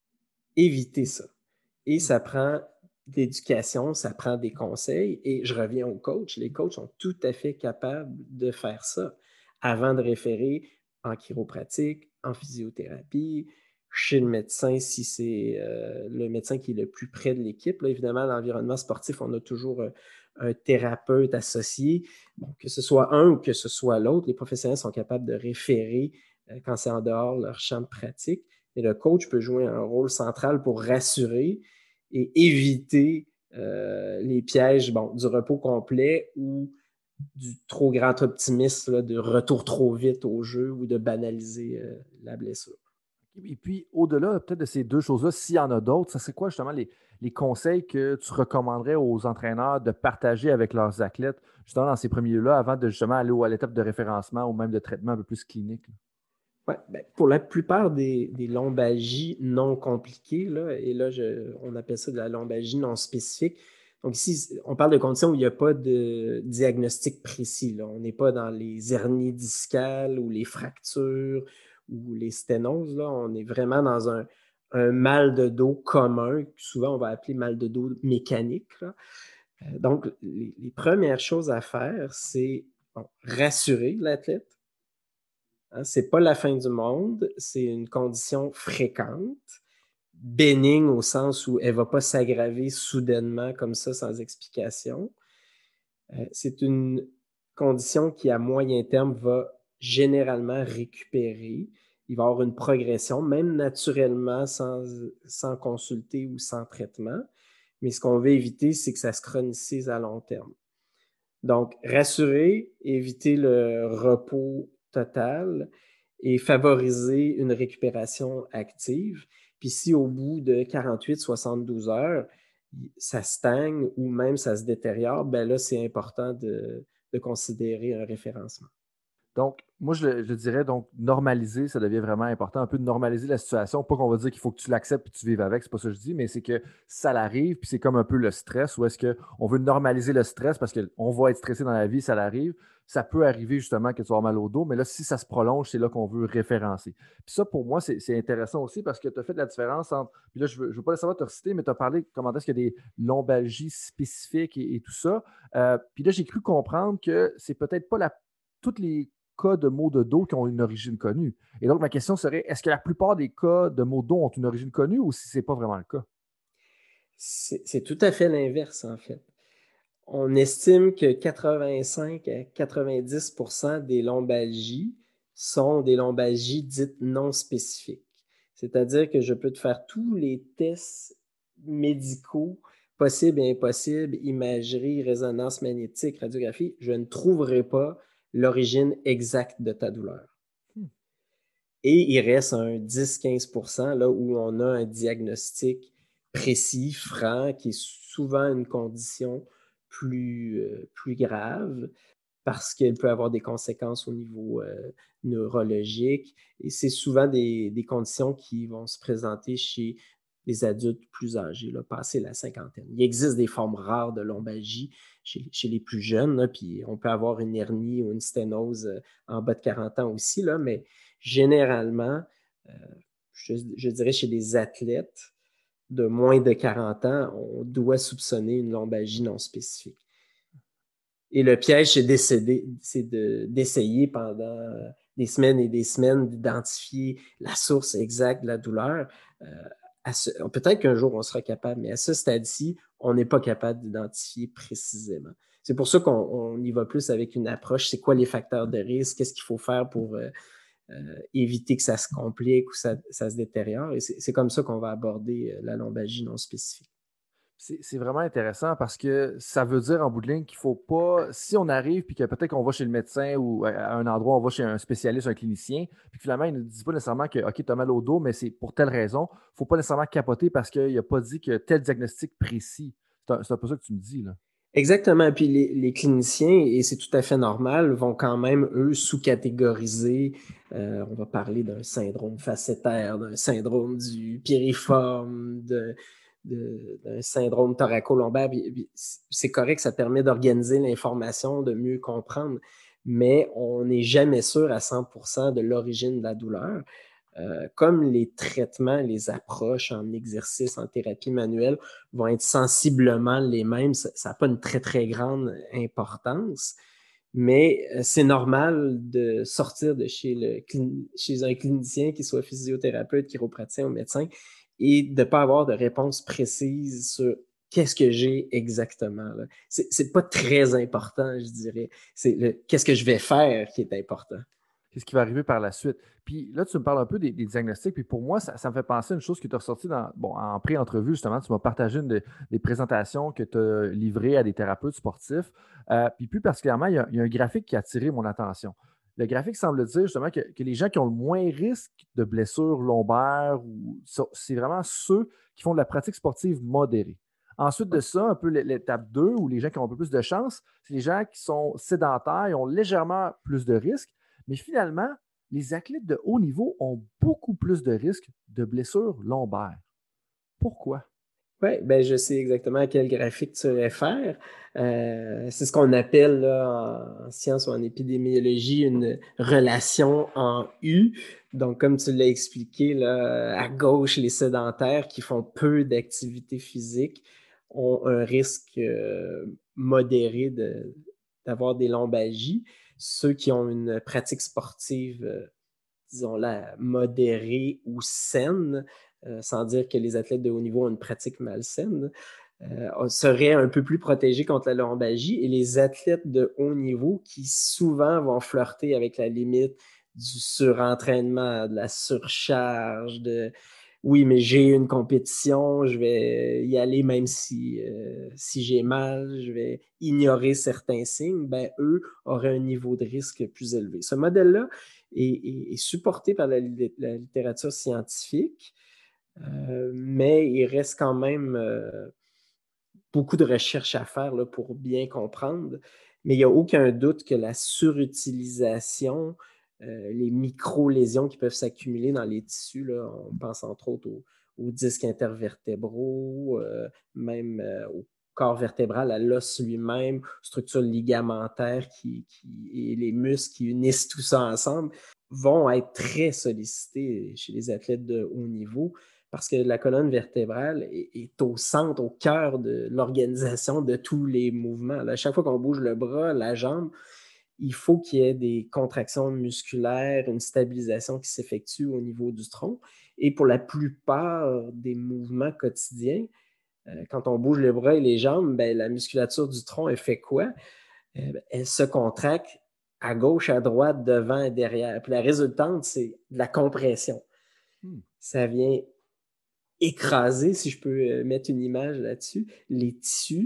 éviter ça. Et ça prend de l'éducation, ça prend des conseils. Et je reviens aux coachs. Les coachs sont tout à fait capables de faire ça avant de référer en chiropratique, en physiothérapie, chez le médecin, si c'est euh, le médecin qui est le plus près de l'équipe. Là, évidemment, dans l'environnement sportif, on a toujours euh, un thérapeute associé. Bon, que ce soit un ou que ce soit l'autre, les professionnels sont capables de référer euh, quand c'est en dehors de leur champ de pratique. Et le coach peut jouer un rôle central pour rassurer et éviter euh, les pièges bon, du repos complet ou du trop grand optimisme, là, de retour trop vite au jeu ou de banaliser euh, la blessure. Et puis, au-delà peut-être de ces deux choses-là, s'il y en a d'autres, ça serait quoi justement les, les conseils que tu recommanderais aux entraîneurs de partager avec leurs athlètes, justement dans ces premiers lieux-là, avant de justement aller à l'étape de référencement ou même de traitement un peu plus clinique? Ouais, ben, pour la plupart des, des lombalgies non compliquées, là, et là, je, on appelle ça de la lombalgie non spécifique. Donc ici, on parle de conditions où il n'y a pas de diagnostic précis. Là. On n'est pas dans les hernies discales ou les fractures ou les sténoses. Là. On est vraiment dans un, un mal de dos commun, que souvent on va appeler mal de dos mécanique. Là. Euh, Donc, les, les premières choses à faire, c'est bon, rassurer l'athlète. Hein, ce n'est pas la fin du monde, c'est une condition fréquente, bénigne au sens où elle ne va pas s'aggraver soudainement comme ça sans explication. Euh, c'est une condition qui, à moyen terme, va généralement récupérer. Il va y avoir une progression, même naturellement, sans, sans consulter ou sans traitement. Mais ce qu'on veut éviter, c'est que ça se chronicise à long terme. Donc, rassurer, éviter le repos total et favoriser une récupération active. Puis si au bout de quarante-huit à soixante-douze heures, ça stagne ou même ça se détériore, ben là, c'est important de, de considérer un référencement. Donc, moi, je, le- je dirais, donc, normaliser, ça devient vraiment important, un peu de normaliser la situation. Pas qu'on va dire qu'il faut que tu l'acceptes et que tu vives avec, c'est pas ça que je dis, mais c'est que ça l'arrive, puis c'est comme un peu le stress, ou est-ce qu'on veut normaliser le stress parce qu'on va être stressé dans la vie, ça l'arrive. Ça peut arriver justement que tu vas mal au dos, mais là, si ça se prolonge, c'est là qu'on veut référencer. Puis ça, pour moi, c'est c'est intéressant aussi parce que tu as fait la différence entre. Puis là, je ne veux, je veux pas nécessairement te reciter, mais tu as parlé comment est-ce qu'il y a des lombalgies spécifiques et, et tout ça. Euh, puis là, j'ai cru comprendre que c'est peut-être pas la, toutes les cas de maux de dos qui ont une origine connue. Et donc, ma question serait, est-ce que la plupart des cas de maux de dos ont une origine connue ou si ce n'est pas vraiment le cas? C'est c'est tout à fait l'inverse, en fait. On estime que quatre-vingt-cinq à quatre-vingt-dix pour cent des lombalgies sont des lombalgies dites non spécifiques. C'est-à-dire que je peux te faire tous les tests médicaux possibles et impossibles, imagerie, résonance magnétique, radiographie, je ne trouverai pas l'origine exacte de ta douleur. Hmm. Et il reste un dix à quinze pour cent là, où on a un diagnostic précis, franc, qui est souvent une condition plus, euh, plus grave parce qu'elle peut avoir des conséquences au niveau euh, neurologique. Et c'est souvent des, des conditions qui vont se présenter chez les adultes plus âgés, là, passé la cinquantaine. Il existe des formes rares de lombalgie chez, chez les plus jeunes, là, puis on peut avoir une hernie ou une sténose euh, en bas de quarante ans aussi, là, mais généralement, euh, je, je dirais chez les athlètes de moins de quarante ans, on doit soupçonner une lombalgie non spécifique. Et le piège, c'est d'essayer, c'est de, d'essayer pendant des semaines et des semaines d'identifier la source exacte de la douleur. Euh, à ce, peut-être qu'un jour, on sera capable, mais à ce stade-ci, on n'est pas capable d'identifier précisément. C'est pour ça qu'on on y va plus avec une approche. C'est quoi les facteurs de risque? Qu'est-ce qu'il faut faire pour euh, euh, éviter que ça se complique ou ça, ça se détériore? Et c'est, c'est comme ça qu'on va aborder la lombalgie non spécifique. C'est c'est vraiment intéressant parce que ça veut dire en bout de ligne qu'il faut pas, si on arrive puis que peut-être qu'on va chez le médecin ou à à un endroit, on va chez un spécialiste, un clinicien, puis finalement, il ne dit pas nécessairement que, OK, tu as mal au dos, mais c'est pour telle raison. Il ne faut pas nécessairement capoter parce qu'il n'a pas dit que tel diagnostic précis. C'est un, c'est un peu ça que tu me dis, là. Exactement. Puis les, les cliniciens, et c'est tout à fait normal, vont quand même, eux, sous-catégoriser. Euh, on va parler d'un syndrome facétaire, d'un syndrome du piriforme, de, de- d'un syndrome thoraco-lombaire. Puis- puis C'est correct, ça permet d'organiser l'information, de mieux comprendre, mais on n'est jamais sûr à cent pour cent de l'origine de la douleur. Euh, comme les traitements, les approches en exercice, en thérapie manuelle vont être sensiblement les mêmes, ça n'a pas une très, très grande importance, mais euh, c'est normal de sortir de chez, le, chez un clinicien, qui soit physiothérapeute, chiropraticien ou médecin, et de ne pas avoir de réponse précise sur qu'est-ce que j'ai exactement. Là. C'est, c'est pas très important, je dirais. C'est le qu'est-ce que je vais faire qui est important. Qu'est-ce qui va arriver par la suite? Puis là, tu me parles un peu des, des diagnostics. Puis pour moi, ça, ça me fait penser à une chose qui est ressortie dans, bon, en pré-entrevue, justement. Tu m'as partagé une de- des présentations que tu as livrées à des thérapeutes sportifs. Euh, puis plus particulièrement, il y, a, il y a un graphique qui a attiré mon attention. Le graphique semble dire justement que, que les gens qui ont le moins risque de blessures lombaires, ou, c'est vraiment ceux qui font de la pratique sportive modérée. Ensuite de ça, un peu l'étape deux, où les gens qui ont un peu plus de chance, c'est les gens qui sont sédentaires et ont légèrement plus de risques. Mais finalement, les athlètes de haut niveau ont beaucoup plus de risques de blessures lombaires. Pourquoi? Oui, ben je sais exactement à quel graphique tu réfères. Euh, c'est ce qu'on appelle là, en sciences ou en épidémiologie une relation en U. Donc, comme tu l'as expliqué, là, à gauche, les sédentaires qui font peu d'activité physique ont un risque euh, modéré de, d'avoir des lombalgies. Ceux qui ont une pratique sportive, euh, disons-la, modérée ou saine, euh, sans dire que les athlètes de haut niveau ont une pratique malsaine, euh, seraient un peu plus protégés contre la lombalgie. Et les athlètes de haut niveau qui souvent vont flirter avec la limite du surentraînement, de la surcharge, de oui, mais j'ai une compétition, je vais y aller même si, euh, si j'ai mal, je vais ignorer certains signes, ben, eux auraient un niveau de risque plus élevé. Ce modèle-là est, est, est supporté par la, la littérature scientifique, euh, mais il reste quand même euh, beaucoup de recherches à faire là, pour bien comprendre. Mais il n'y a aucun doute que la surutilisation, euh, les micro-lésions qui peuvent s'accumuler dans les tissus, là, on pense entre autres aux, aux disques intervertébraux, euh, même euh, au corps vertébral, à l'os lui-même, structures ligamentaires qui, qui, et les muscles qui unissent tout ça ensemble, vont être très sollicités chez les athlètes de haut niveau parce que la colonne vertébrale est, est au centre, au cœur de l'organisation de tous les mouvements. À chaque fois qu'on bouge le bras, la jambe, il faut qu'il y ait des contractions musculaires, une stabilisation qui s'effectue au niveau du tronc. Et pour la plupart des mouvements quotidiens, euh, quand on bouge les bras et les jambes, ben, la musculature du tronc, elle fait quoi? Euh, ben, elle se contracte à gauche, à droite, devant et derrière. Puis la résultante, c'est de la compression. Hmm. Ça vient écraser, si je peux mettre une image là-dessus, les tissus.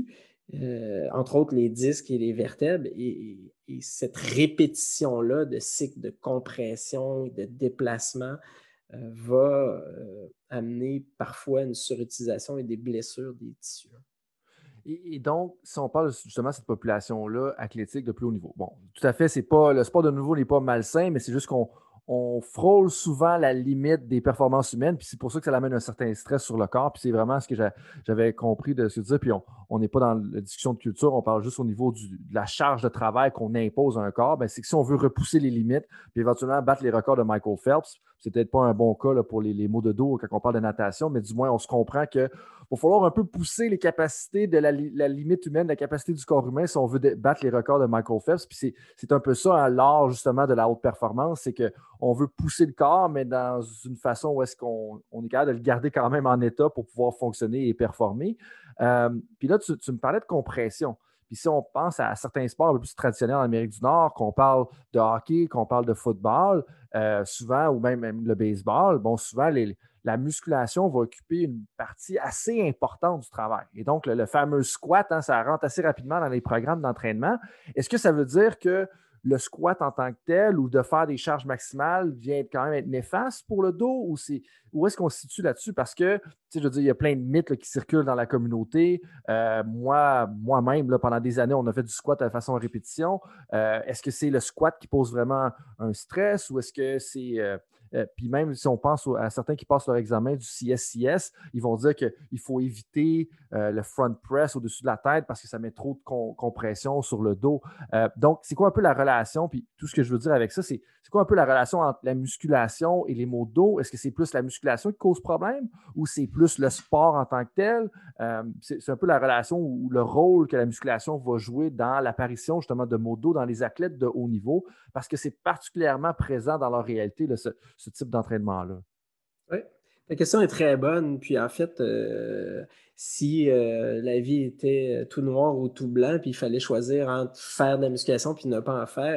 euh, entre autres les disques et les vertèbres. Et, et cette répétition-là de cycles de compression et de déplacement euh, va euh, amener parfois une surutilisation et des blessures des tissus. Et, et donc, si on parle justement de cette population-là athlétique de plus haut niveau, bon, tout à fait, c'est pas, le sport de haut niveau n'est pas malsain, mais c'est juste qu'on on frôle souvent la limite des performances humaines, puis c'est pour ça que ça amène un certain stress sur le corps, puis c'est vraiment ce que j'avais compris de ce que tu disais, puis on n'est pas dans la discussion de culture, on parle juste au niveau du, de la charge de travail qu'on impose à un corps, ben, c'est que si on veut repousser les limites, puis éventuellement battre les records de Michael Phelps, c'est peut-être pas un bon cas là, pour les, les maux de dos quand on parle de natation, mais du moins on se comprend que il va falloir un peu pousser les capacités de la, la limite humaine, la capacité du corps humain si on veut battre les records de Michael Phelps. Puis c'est, c'est un peu ça, hein, l'art justement de la haute performance, c'est qu'on veut pousser le corps, mais dans une façon où est-ce qu'on on est capable de le garder quand même en état pour pouvoir fonctionner et performer. Euh, puis là, tu, tu me parlais de compression. Puis si on pense à certains sports un peu plus traditionnels en Amérique du Nord, qu'on parle de hockey, qu'on parle de football, euh, souvent, ou même, même le baseball, bon, souvent, les, la musculation va occuper une partie assez importante du travail. Et donc, le, le fameux squat, hein, ça rentre assez rapidement dans les programmes d'entraînement. Est-ce que ça veut dire que le squat en tant que tel ou de faire des charges maximales vient quand même être néfaste pour le dos ou c'est, où est-ce qu'on se situe là-dessus? Parce que, tu sais, je veux dire, il y a plein de mythes là, qui circulent dans la communauté. Euh, moi, moi-même, là, pendant des années, on a fait du squat de façon répétition. Euh, est-ce que c'est le squat qui pose vraiment un stress ou est-ce que c'est... Euh, Euh, puis même si on pense à certains qui passent leur examen du C S C S, ils vont dire qu'il faut éviter euh, le front press au-dessus de la tête parce que ça met trop de com- compression sur le dos. Euh, donc, c'est quoi un peu la relation? Puis tout ce que je veux dire avec ça, c'est, c'est quoi un peu la relation entre la musculation et les maux de dos? Est-ce que c'est plus la musculation qui cause problème ou c'est plus le sport en tant que tel? Euh, c'est, c'est un peu la relation ou le rôle que la musculation va jouer dans l'apparition justement de maux de dos dans les athlètes de haut niveau parce que c'est particulièrement présent dans leur réalité, là, ce, ce type d'entraînement-là. Oui, ta question est très bonne. Puis en fait, euh, si euh, la vie était tout noir ou tout blanc, puis il fallait choisir entre faire de la musculation puis ne pas en faire,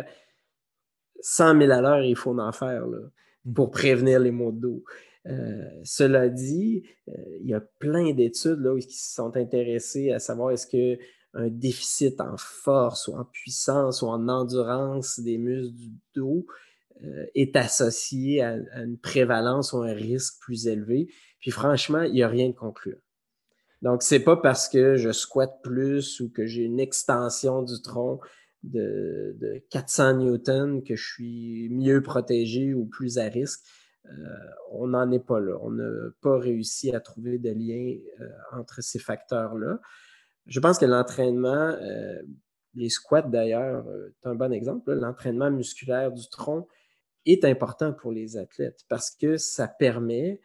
cent mille à l'heure, il faut en faire là, pour prévenir les maux de dos. Euh, cela dit, euh, il y a plein d'études là, qui se sont intéressées à savoir est-ce que un déficit en force ou en puissance ou en endurance des muscles du dos euh, est associé à, à une prévalence ou un risque plus élevé. Puis franchement, il n'y a rien de concluant. Donc, c'est pas parce que je squatte plus ou que j'ai une extension du tronc de, de quatre cents newtons que je suis mieux protégé ou plus à risque. Euh, on n'en est pas là. On n'a pas réussi à trouver de lien euh, entre ces facteurs-là. Je pense que l'entraînement, euh, les squats d'ailleurs, euh, c'est un bon exemple, là, l'entraînement musculaire du tronc est important pour les athlètes parce que ça permet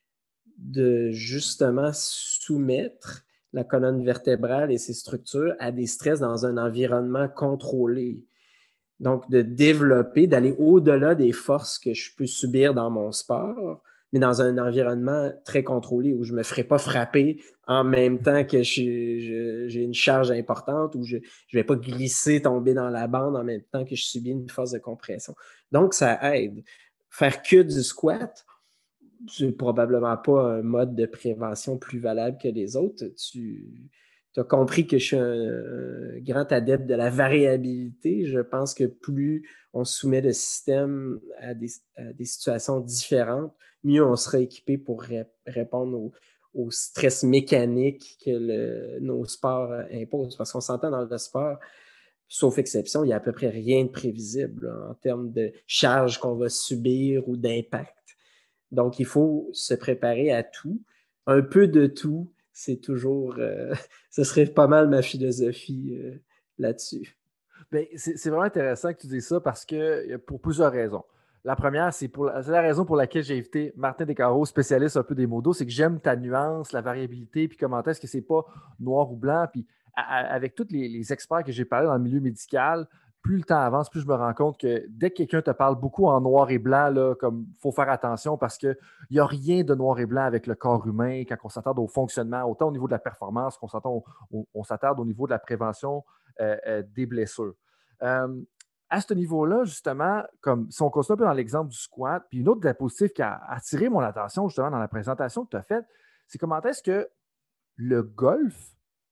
de justement soumettre la colonne vertébrale et ses structures à des stress dans un environnement contrôlé. Donc, de développer, d'aller au-delà des forces que je peux subir dans mon sport, mais dans un environnement très contrôlé où je ne me ferai pas frapper en même temps que je, je, j'ai une charge importante ou je ne vais pas glisser, tomber dans la bande en même temps que je subis une force de compression. Donc, ça aide. Faire que du squat, c'est probablement pas un mode de prévention plus valable que les autres. Tu as compris que je suis un, un grand adepte de la variabilité. Je pense que plus on soumet le système à des, à des situations différentes, mieux on sera équipé pour ré- répondre au, au stress mécanique que le, nos sports imposent. Parce qu'on s'entend dans le sport, sauf exception, il n'y a à peu près rien de prévisible là, en termes de charge qu'on va subir ou d'impact. Donc, il faut se préparer à tout. Un peu de tout, c'est toujours... Euh, ce serait pas mal ma philosophie euh, là-dessus. Bien, c'est, c'est vraiment intéressant que tu dises ça parce que pour plusieurs raisons. La première, c'est, pour la, c'est la raison pour laquelle j'ai invité Martin Descarreaux, spécialiste un peu des mots d'eau, c'est que j'aime ta nuance, la variabilité, puis comment est-ce que c'est pas noir ou blanc. Puis à, à, avec tous les, les experts que j'ai parlé dans le milieu médical, plus le temps avance, plus je me rends compte que dès que quelqu'un te parle beaucoup en noir et blanc, là, comme il faut faire attention parce qu'il n'y a rien de noir et blanc avec le corps humain quand on s'attarde au fonctionnement, autant au niveau de la performance qu'on s'attarde au, on s'attarde au niveau de la prévention euh, euh, des blessures. Euh, à ce niveau-là, justement, comme si on continue un peu dans l'exemple du squat, puis une autre diapositive qui a attiré mon attention justement dans la présentation que tu as faite, c'est comment est-ce que le golf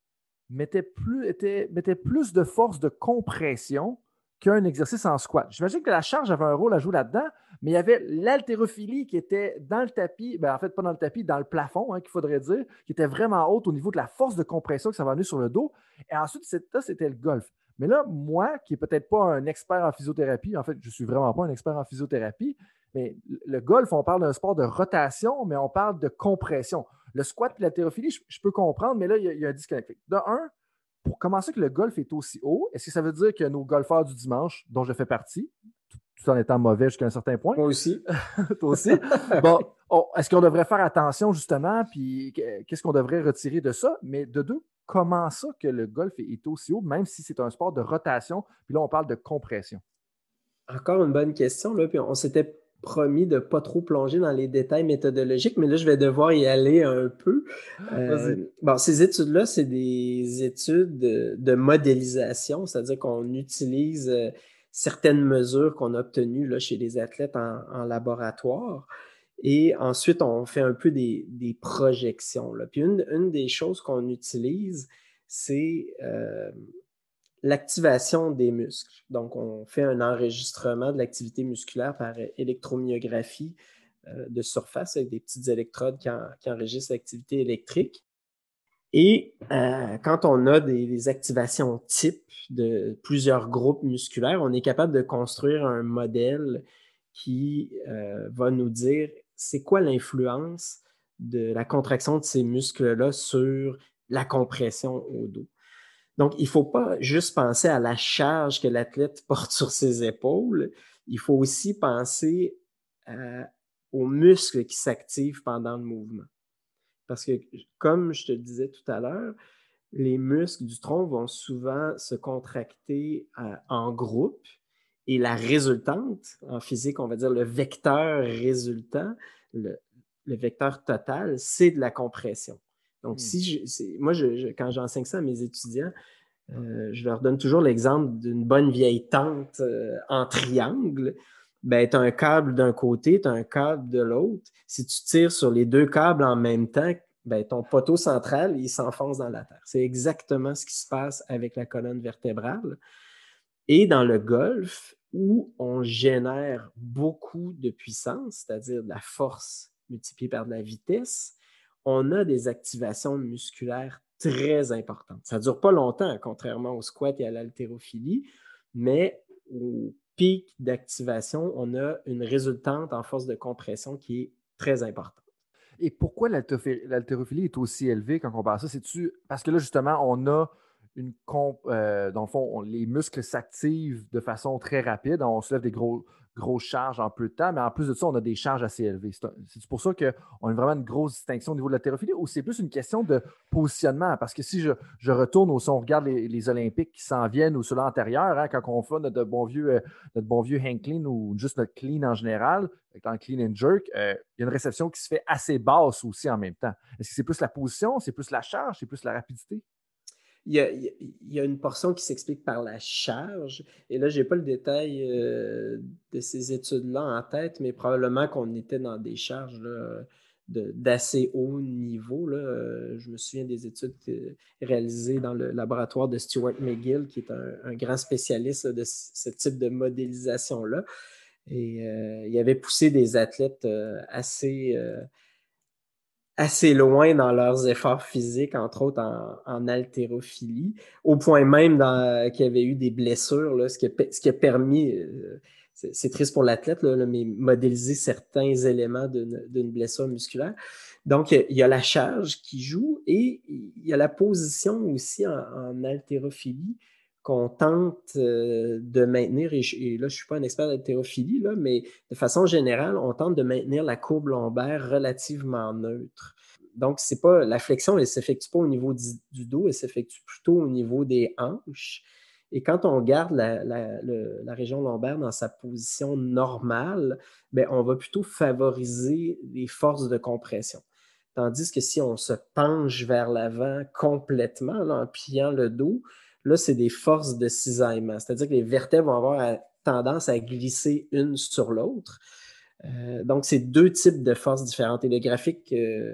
mettait plus, était, mettait plus de force de compression qu'un exercice en squat. J'imagine que la charge avait un rôle à jouer là-dedans, mais il y avait l'haltérophilie qui était dans le tapis, ben en fait, pas dans le tapis, dans le plafond, hein, qu'il faudrait dire, qui était vraiment haute au niveau de la force de compression que ça va venir sur le dos. Et ensuite, ça, c'était le golf. Mais là, moi, qui n'est peut-être pas un expert en physiothérapie, en fait, je ne suis vraiment pas un expert en physiothérapie, mais le golf, on parle d'un sport de rotation, mais on parle de compression. Le squat et l'haltérophilie, je, je peux comprendre, mais là, il y a, il y a un disconnect. De un, pour comment ça que le golf est aussi haut? Est-ce que ça veut dire que nos golfeurs du dimanche, dont je fais partie, tout, tout en étant mauvais jusqu'à un certain point. Moi aussi. Toi aussi. Bon, oh, est-ce qu'on devrait faire attention justement? Puis qu'est-ce qu'on devrait retirer de ça? Mais de deux, comment ça que le golf est, est aussi haut, même si c'est un sport de rotation? Puis là, on parle de compression. Encore une bonne question. Là, puis on s'était promis de ne pas trop plonger dans les détails méthodologiques, mais là, je vais devoir y aller un peu. Euh, bon, ces études-là, c'est des études de, de modélisation, c'est-à-dire qu'on utilise euh, certaines mesures qu'on a obtenues là, chez les athlètes en, en laboratoire. Et ensuite, on fait un peu des, des projections. Là. Puis une, une des choses qu'on utilise, c'est euh, l'activation des muscles. Donc, on fait un enregistrement de l'activité musculaire par électromyographie euh, de surface avec des petites électrodes qui, en, qui enregistrent l'activité électrique. Et euh, quand on a des, des activations types de plusieurs groupes musculaires, on est capable de construire un modèle qui euh, va nous dire c'est quoi l'influence de la contraction de ces muscles-là sur la compression au dos. Donc, il ne faut pas juste penser à la charge que l'athlète porte sur ses épaules, il faut aussi penser euh, aux muscles qui s'activent pendant le mouvement. Parce que, comme je te le disais tout à l'heure, les muscles du tronc vont souvent se contracter euh, en groupe et la résultante, en physique, on va dire le vecteur résultant, le, le vecteur total, c'est de la compression. Donc, mmh. si je, moi, je, je, quand j'enseigne ça à mes étudiants, euh, je leur donne toujours l'exemple d'une bonne vieille tente euh, en triangle. Ben, tu as un câble d'un côté, tu as un câble de l'autre. Si tu tires sur les deux câbles en même temps, ben, ton poteau central, il s'enfonce dans la terre. C'est exactement ce qui se passe avec la colonne vertébrale. Et dans le golf, où on génère beaucoup de puissance, c'est-à-dire de la force multipliée par de la vitesse, on a des activations musculaires très importantes. Ça ne dure pas longtemps, contrairement au squat et à l'haltérophilie, mais au pic d'activation, on a une résultante en force de compression qui est très importante. Et pourquoi l'haltérophilie est aussi élevée quand on parle de ça? C'est-tu parce que là, justement, on a une comp, euh, dans le fond, on, les muscles s'activent de façon très rapide. On soulève des gros, grosses charges en peu de temps, mais en plus de ça, on a des charges assez élevées. C'est, c'est pour ça qu'on a vraiment une grosse distinction au niveau de l'haltérophilie, ou c'est plus une question de positionnement? Parce que si je, je retourne ou si on regarde les, les Olympiques qui s'en viennent ou ceux antérieurs, hein, quand on fait notre bon vieux, euh, notre bon vieux hang clean ou juste notre clean en général, dans le clean and jerk, euh, il y a une réception qui se fait assez basse aussi en même temps. Est-ce que c'est plus la position, c'est plus la charge, c'est plus la rapidité? Il y, a, il y a une portion qui s'explique par la charge. Et là, je n'ai pas le détail euh, de ces études-là en tête, mais probablement qu'on était dans des charges là, de, d'assez haut niveau. Là. Je me souviens des études réalisées dans le laboratoire de Stuart McGill, qui est un, un grand spécialiste là, de ce type de modélisation-là. Et euh, il avait poussé des athlètes euh, assez... Euh, assez loin dans leurs efforts physiques, entre autres en, en haltérophilie, au point même dans, qu'il y avait eu des blessures, là, ce, qui a, ce qui a permis, euh, c'est, c'est triste pour l'athlète, là, mais modéliser certains éléments d'une, d'une blessure musculaire. Donc, il y a la charge qui joue et il y a la position aussi en, en haltérophilie qu'on tente euh, de maintenir, et, je, et là, je ne suis pas un expert d'haltérophilie, là, mais de façon générale, on tente de maintenir la courbe lombaire relativement neutre. Donc, c'est pas, la flexion, elle ne s'effectue pas au niveau du, du dos, elle s'effectue plutôt au niveau des hanches. Et quand on garde la, la, le, la région lombaire dans sa position normale, bien, on va plutôt favoriser les forces de compression. Tandis que si on se penche vers l'avant complètement, là, en pliant le dos, là, c'est des forces de cisaillement. C'est-à-dire que les vertèbres vont avoir tendance à glisser une sur l'autre. Euh, donc, c'est deux types de forces différentes. Et le graphique euh,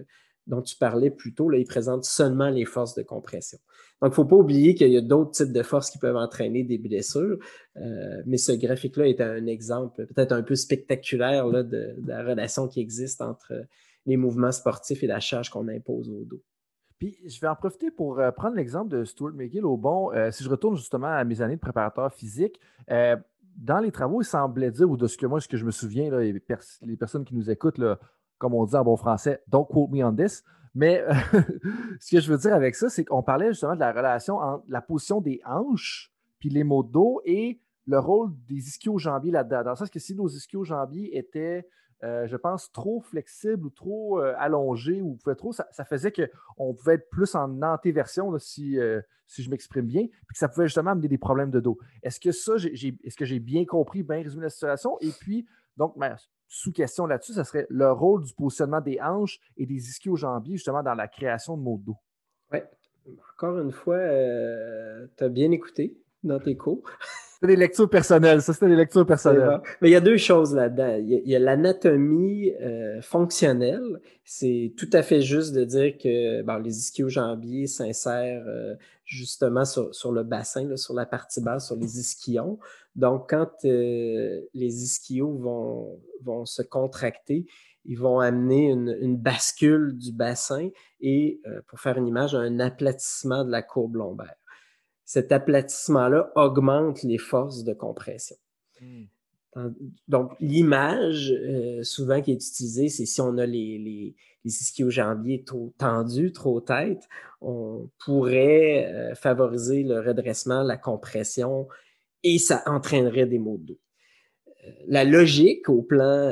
dont tu parlais plus tôt, là, il présente seulement les forces de compression. Donc, il ne faut pas oublier qu'il y a d'autres types de forces qui peuvent entraîner des blessures, euh, mais ce graphique-là est un exemple peut-être un peu spectaculaire là, de, de la relation qui existe entre les mouvements sportifs et la charge qu'on impose au dos. Puis, je vais en profiter pour euh, prendre l'exemple de Stuart McGill au bon. Euh, si je retourne justement à mes années de préparateur physique, euh, dans les travaux, il semblait dire, ou de ce que moi, ce que je me souviens, là, les, pers- les personnes qui nous écoutent, là, comme on dit en bon français, don't quote me on this. Mais euh, ce que je veux dire avec ça, c'est qu'on parlait justement de la relation entre la position des hanches, puis les maux de dos et le rôle des ischio-jambiers là-dedans. Dans le sens que si nos ischio-jambiers étaient Euh, je pense, trop flexible ou trop euh, allongé ou pouvait trop, ça, ça faisait qu'on pouvait être plus en antéversion, là, si, euh, si je m'exprime bien, puis que ça pouvait justement amener des problèmes de dos. Est-ce que ça, j'ai, j'ai, est-ce que j'ai bien compris, bien résumé la situation? Et puis, donc, ma sous-question là-dessus, ça serait le rôle du positionnement des hanches et des ischio-jambiers, justement, dans la création de maux de dos. Oui, encore une fois, euh, tu as bien écouté dans tes cours. C'était des lectures personnelles, ça, c'était des lectures personnelles. Bon. Mais il y a deux choses là-dedans. Il y a, il y a l'anatomie euh, fonctionnelle. C'est tout à fait juste de dire que bon, les ischio-jambiers s'insèrent euh, justement sur, sur le bassin, là, sur la partie basse, sur les ischions. Donc, quand euh, les ischios vont, vont se contracter, ils vont amener une, une bascule du bassin et, euh, pour faire une image, un aplatissement de la courbe lombaire. Cet aplatissement-là augmente les forces de compression. Mm. Donc, l'image euh, souvent qui est utilisée, c'est si on a les, les, les ischio-jambiers trop tendus, trop têtes, on pourrait euh, favoriser le redressement, la compression, et ça entraînerait des maux de dos. Euh, la logique au plan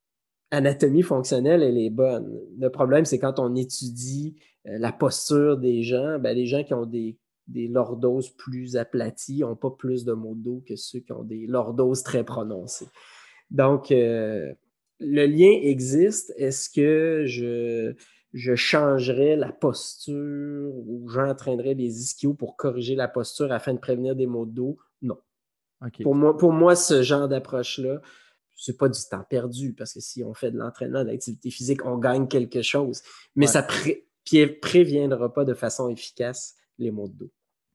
anatomie fonctionnelle, elle est bonne. Le problème, c'est quand on étudie euh, la posture des gens, ben, les gens qui ont des des lordoses plus aplaties n'ont pas plus de maux de dos que ceux qui ont des lordoses très prononcées. Donc, euh, le lien existe. Est-ce que je, je changerais la posture ou j'entraînerais les ischios pour corriger la posture afin de prévenir des maux de dos? Non. Okay. Pour moi, pour moi, ce genre d'approche-là, c'est pas du temps perdu parce que si on fait de l'entraînement, de l'activité physique, on gagne quelque chose. Mais ouais. ça pré- préviendra pas de façon efficace les maux de dos.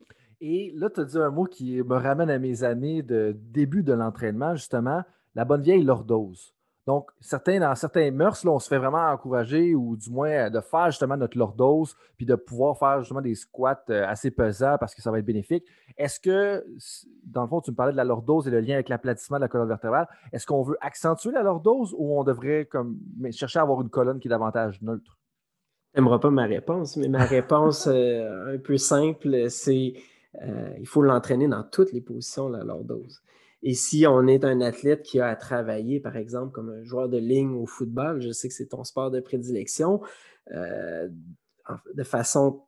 Et là, tu as dit un mot qui me ramène à mes années de début de l'entraînement, justement, la bonne vieille lordose. Donc, certains, dans certains mœurs, là, on se fait vraiment encourager ou du moins de faire justement notre lordose puis de pouvoir faire justement des squats assez pesants parce que ça va être bénéfique. Est-ce que, dans le fond, tu me parlais de la lordose et le lien avec l'aplatissement de la colonne vertébrale, est-ce qu'on veut accentuer la lordose ou on devrait comme, chercher à avoir une colonne qui est davantage neutre? Tu n'aimeras pas ma réponse, mais ma réponse euh, un peu simple, c'est euh, il faut l'entraîner dans toutes les positions, la lordose. Et si on est un athlète qui a à travailler, par exemple, comme un joueur de ligne au football, je sais que c'est ton sport de prédilection, euh, de façon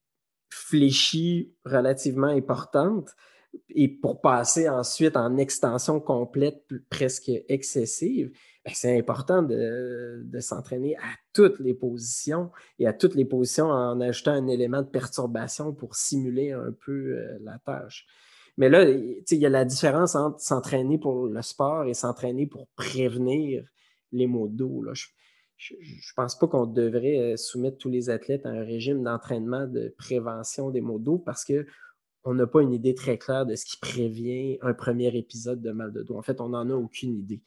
fléchie, relativement importante, et pour passer ensuite en extension complète, presque excessive, bien, c'est important de, de s'entraîner à toutes les positions et à toutes les positions en ajoutant un élément de perturbation pour simuler un peu euh, la tâche. Mais là, il y a la différence entre s'entraîner pour le sport et s'entraîner pour prévenir les maux de dos. Là. Je ne pense pas qu'on devrait soumettre tous les athlètes à un régime d'entraînement de prévention des maux de dos parce que on n'a pas une idée très claire de ce qui prévient un premier épisode de mal de dos. En fait, on n'en a aucune idée.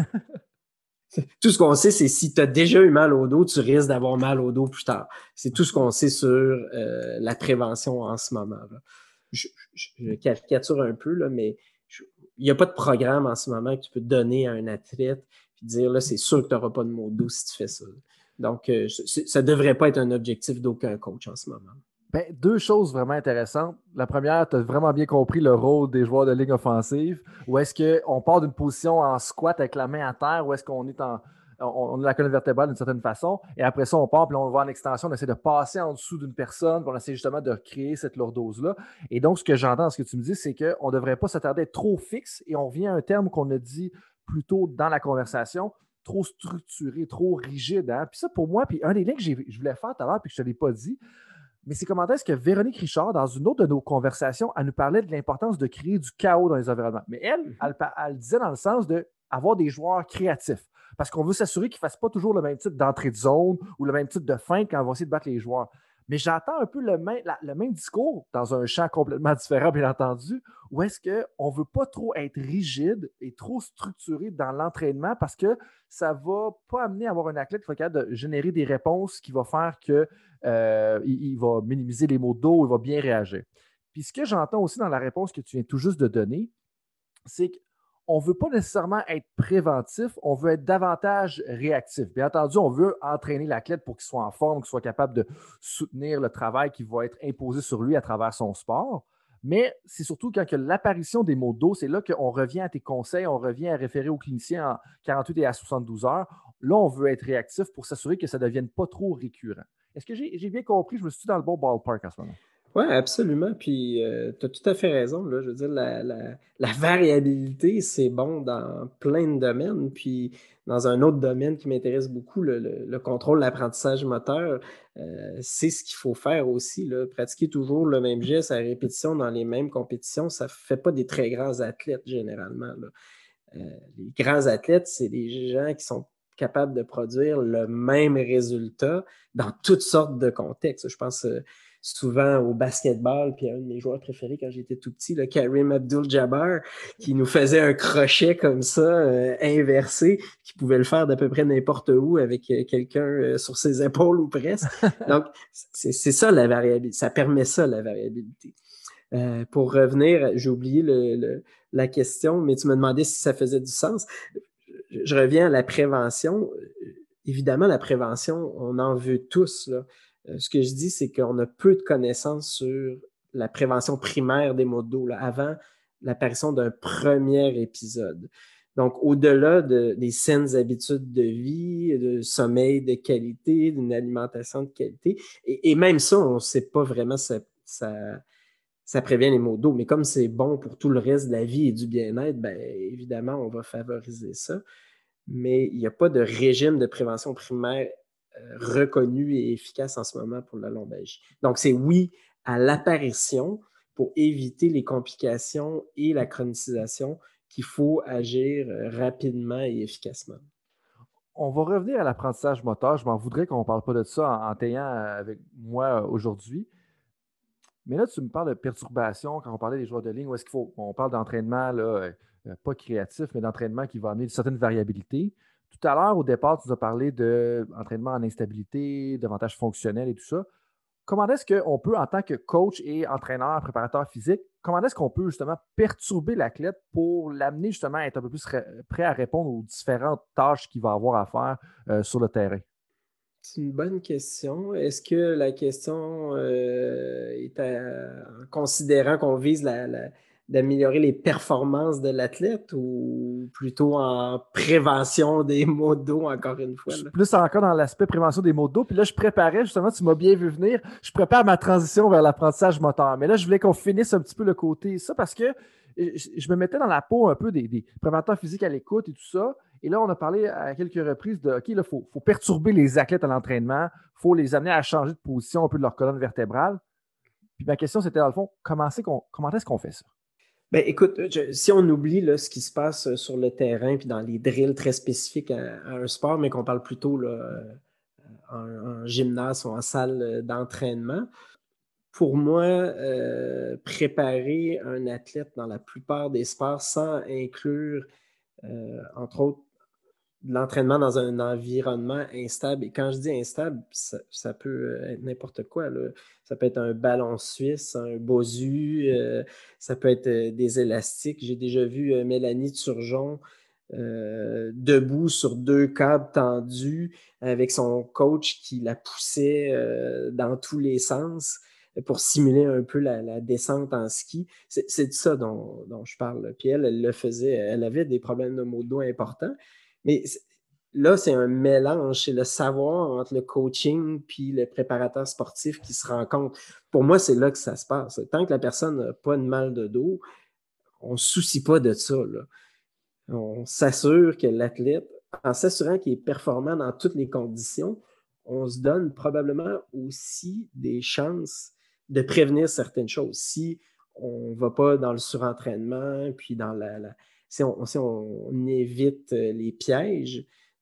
Tout ce qu'on sait, c'est si tu as déjà eu mal au dos, tu risques d'avoir mal au dos plus tard. C'est tout ce qu'on sait sur euh, la prévention en ce moment. Là. Je, je, je caricature un peu, là, mais je, il n'y a pas de programme en ce moment que tu peux donner à un athlète et dire, là, c'est sûr que tu n'auras pas de maux de dos si tu fais ça. Donc, euh, ça ne devrait pas être un objectif d'aucun coach en ce moment. Ben, deux choses vraiment intéressantes. La première, tu as vraiment bien compris le rôle des joueurs de ligne offensive. Ou est-ce qu'on part d'une position en squat avec la main à terre, ou est-ce qu'on est en on a la colonne vertébrale d'une certaine façon, et après ça, on part, puis on va en extension, on essaie de passer en dessous d'une personne, puis on essaie justement de créer cette lordose-là. Et donc, ce que j'entends dans ce que tu me dis, c'est qu'on ne devrait pas s'attarder à être trop fixe, et on vient à un terme qu'on a dit plus tôt dans la conversation, trop structuré, trop rigide. Hein? Puis ça, pour moi, puis un des liens que j'ai, je voulais faire tout à l'heure, puis que je ne te l'ai pas dit, mais c'est comment est-ce que Véronique Richard, dans une autre de nos conversations, elle nous parlait de l'importance de créer du chaos dans les environnements. Mais elle, elle, elle disait dans le sens d'avoir des joueurs créatifs. parce qu'on veut s'assurer qu'ils ne fassent pas toujours le même type d'entrée de zone ou le même type de feinte quand on va essayer de battre les joueurs. Mais j'entends un peu le même, la, le même discours dans un champ complètement différent, bien entendu, où est-ce qu'on ne veut pas trop être rigide et trop structuré dans l'entraînement parce que ça ne va pas amener à avoir un athlète qui va être capable de générer des réponses qui va faire qu'il euh, il va minimiser les maux de dos, il va bien réagir. Puis ce que j'entends aussi dans la réponse que tu viens tout juste de donner, c'est qu'on ne veut pas nécessairement être préventif, on veut être davantage réactif. Bien entendu, on veut entraîner l'athlète pour qu'il soit en forme, qu'il soit capable de soutenir le travail qui va être imposé sur lui à travers son sport. Mais c'est surtout quand il y a l'apparition des maux de dos, c'est là qu'on revient à tes conseils, on revient à référer au clinicien en quarante-huit et à soixante-douze heures. Là, on veut être réactif pour s'assurer que ça ne devienne pas trop récurrent. Est-ce que j'ai, j'ai bien compris? Je me suis dit dans le bon ballpark en ce moment. Oui, absolument. Puis, euh, tu as tout à fait raison. Là. Je veux dire, la, la, la variabilité, c'est bon dans plein de domaines. Puis, dans un autre domaine qui m'intéresse beaucoup, le, le, le contrôle, l'apprentissage moteur, euh, c'est ce qu'il faut faire aussi. Là. Pratiquer toujours le même geste à répétition dans les mêmes compétitions, ça ne fait pas des très grands athlètes généralement. Là. Euh, les grands athlètes, c'est des gens qui sont capables de produire le même résultat dans toutes sortes de contextes. Je pense euh, souvent au basketball, puis un de mes joueurs préférés quand j'étais tout petit, le Kareem Abdul-Jabbar, qui nous faisait un crochet comme ça, euh, inversé, qui pouvait le faire d'à peu près n'importe où avec euh, quelqu'un euh, sur ses épaules ou presque. Donc, c'est, c'est ça la variabilité. Ça permet ça, la variabilité. Euh, pour revenir, j'ai oublié le, le, la question, mais tu me demandais si ça faisait du sens. Je, je reviens à la prévention. Évidemment, la prévention, on en veut tous, là. Euh, ce que je dis, c'est qu'on a peu de connaissances sur la prévention primaire des maux de dos, là, avant l'apparition d'un premier épisode. Donc, au-delà de, des saines habitudes de vie, de sommeil de qualité, d'une alimentation de qualité, et, et même ça, on ne sait pas vraiment ça, ça, ça prévient les maux de dos. Mais comme c'est bon pour tout le reste de la vie et du bien-être, bien évidemment, on va favoriser ça. Mais il n'y a pas de régime de prévention primaire euh, reconnu et efficace en ce moment pour la lombalgie. Donc, c'est oui à l'apparition pour éviter les complications et la chronicisation qu'il faut agir euh, rapidement et efficacement. On va revenir à l'apprentissage moteur. Je m'en voudrais qu'on ne parle pas de ça en, en t'ayant avec moi aujourd'hui. Mais là, tu me parles de perturbation quand on parlait des joueurs de ligne. Où est-ce qu'il faut. On parle d'entraînement, là, euh, pas créatif, mais d'entraînement qui va amener une certaine variabilité. Tout à l'heure, au départ, tu nous as parlé d'entraînement en instabilité, davantage fonctionnel et tout ça. Comment est-ce qu'on peut, en tant que coach et entraîneur, préparateur physique, comment est-ce qu'on peut justement perturber l'athlète pour l'amener justement à être un peu plus prêt à répondre aux différentes tâches qu'il va avoir à faire euh, sur le terrain? C'est une bonne question. Est-ce que la question euh, est à, en considérant qu'on vise la, la, d'améliorer les performances de l'athlète ou plutôt en prévention des maux de dos, encore une fois? Là? Plus encore dans l'aspect prévention des maux de dos. Puis là, je préparais, justement, tu m'as bien vu venir, je prépare ma transition vers l'apprentissage moteur. Mais là, je voulais qu'on finisse un petit peu le côté ça parce que je me mettais dans la peau un peu des, des préparateurs physiques à l'écoute et tout ça. Et là, on a parlé à quelques reprises de OK, là, il faut, faut perturber les athlètes à l'entraînement, il faut les amener à changer de position un peu de leur colonne vertébrale. Puis ma question, c'était dans le fond, comment est-ce qu'on, comment est-ce qu'on fait ça? Ben, écoute, je, si on oublie là, ce qui se passe sur le terrain puis dans les drills très spécifiques à, à un sport, mais qu'on parle plutôt là, en, en gymnase ou en salle d'entraînement, pour moi, euh, préparer un athlète dans la plupart des sports sans inclure, euh, entre autres, de l'entraînement dans un environnement instable. Et quand je dis instable, ça, ça peut être n'importe quoi. Là. Ça peut être un ballon suisse, un bosu, euh, ça peut être euh, des élastiques. J'ai déjà vu euh, Mélanie Turgeon euh, debout sur deux câbles tendus avec son coach qui la poussait euh, dans tous les sens pour simuler un peu la, la descente en ski. C'est, c'est de ça dont, dont je parle. Puis elle, elle le faisait. Elle avait des problèmes de maux de dos importants. Mais là, c'est un mélange, c'est le savoir entre le coaching puis le préparateur sportif qui se rencontrent. Pour moi, c'est là que ça se passe. Tant que la personne n'a pas de mal de dos, on ne se soucie pas de ça. Là. On s'assure que l'athlète, en s'assurant qu'il est performant dans toutes les conditions, on se donne probablement aussi des chances de prévenir certaines choses. Si on ne va pas dans le surentraînement, puis dans la... la si, on, si on évite les pièges,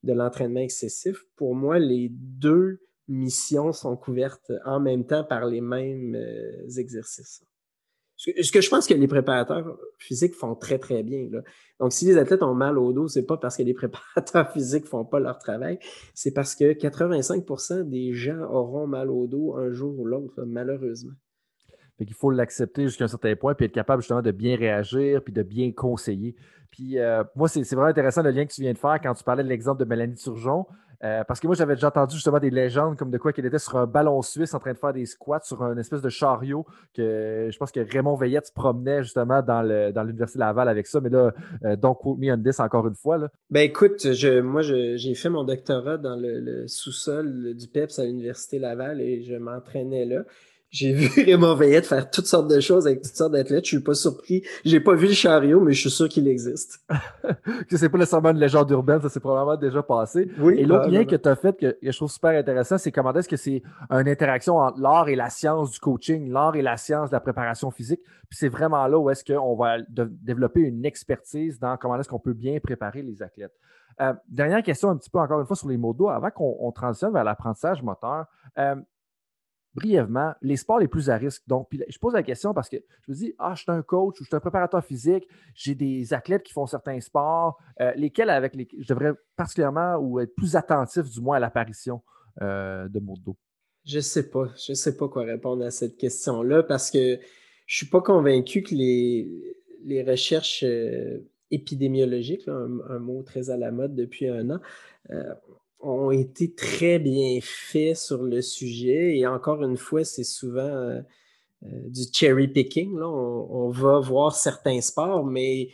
de l'entraînement excessif. Pour moi, les deux missions sont couvertes en même temps par les mêmes euh, exercices. Ce que, ce que je pense que les préparateurs physiques font très, très bien, là. Donc, si les athlètes ont mal au dos, c'est pas parce que les préparateurs physiques font pas leur travail, c'est parce que quatre-vingt-cinq pour cent des gens auront mal au dos un jour ou l'autre, là, malheureusement. Fait qu'il faut l'accepter jusqu'à un certain point, puis être capable justement de bien réagir, puis de bien conseiller. Puis euh, moi, c'est, c'est vraiment intéressant le lien que tu viens de faire quand tu parlais de l'exemple de Mélanie Turgeon. Euh, parce que moi, j'avais déjà entendu justement des légendes comme de quoi qu'elle était sur un ballon suisse en train de faire des squats sur un espèce de chariot que je pense que Raymond Veillette se promenait justement dans, le, dans l'Université Laval avec ça. Mais là, euh, don't quote me on this encore une fois, là. Ben écoute, je, moi, je, j'ai fait mon doctorat dans le, le sous-sol du P E P S à l'Université Laval et je m'entraînais là. J'ai vu Raymond Veillette faire toutes sortes de choses avec toutes sortes d'athlètes. Je suis pas surpris. J'ai pas vu le chariot, mais je suis sûr qu'il existe. Que c'est pas nécessairement une légende urbaine, ça s'est probablement déjà passé. Oui, Et l'autre lien que probablement. tu as fait, que, que je trouve super intéressant, c'est comment est-ce que c'est une interaction entre l'art et la science du coaching, l'art et la science de la préparation physique. Puis c'est vraiment là où est-ce qu'on va de- développer une expertise dans comment est-ce qu'on peut bien préparer les athlètes. Euh, dernière question, un petit peu encore une fois sur les mots d'eau, avant qu'on on transitionne vers l'apprentissage moteur. Euh, brièvement, les sports les plus à risque. Donc, puis je pose la question parce que je me dis, ah, je suis un coach ou je suis un préparateur physique, j'ai des athlètes qui font certains sports, euh, lesquels avec les, je devrais particulièrement ou être plus attentif du moins à l'apparition euh, de maux de dos. Je sais pas. Je sais pas quoi répondre à cette question-là parce que je suis pas convaincu que les, les recherches euh, épidémiologiques, là, un, un mot très à la mode depuis un an, euh, ont été très bien faits sur le sujet. Et encore une fois, c'est souvent euh, euh, du cherry picking, là. On, on va voir certains sports, mais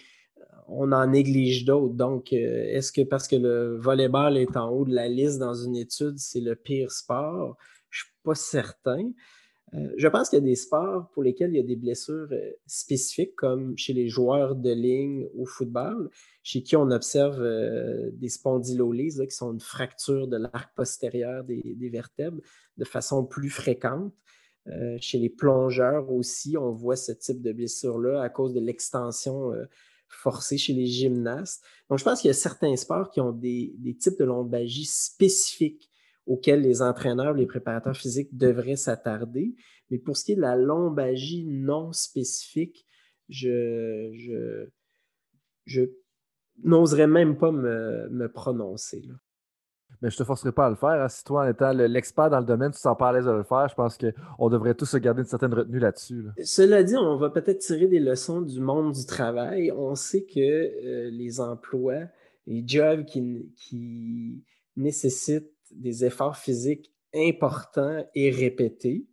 on en néglige d'autres. Donc, euh, est-ce que parce que le volleyball est en haut de la liste dans une étude, c'est le pire sport? Je ne suis pas certain. Euh, je pense qu'il y a des sports pour lesquels il y a des blessures euh, spécifiques, comme chez les joueurs de ligne au football, chez qui on observe euh, des spondylolyses, là, qui sont une fracture de l'arc postérieur des, des vertèbres de façon plus fréquente. Euh, chez les plongeurs aussi, on voit ce type de blessure-là à cause de l'extension euh, forcée chez les gymnastes. Donc, je pense qu'il y a certains sports qui ont des, des types de lombalgie spécifiques auxquels les entraîneurs, les préparateurs physiques devraient s'attarder. Mais pour ce qui est de la lombalgie non spécifique, je, je, je n'oserais même pas me, me prononcer, là. Mais je ne te forcerai pas à le faire, hein. Si toi, en étant le- l'expert dans le domaine, tu ne sens pas à l'aise de le faire, je pense qu'on devrait tous se garder une certaine retenue là-dessus, là. Cela dit, on va peut-être tirer des leçons du monde du travail. On sait que euh, les emplois, les jobs qui, qui nécessitent des efforts physiques importants et répétés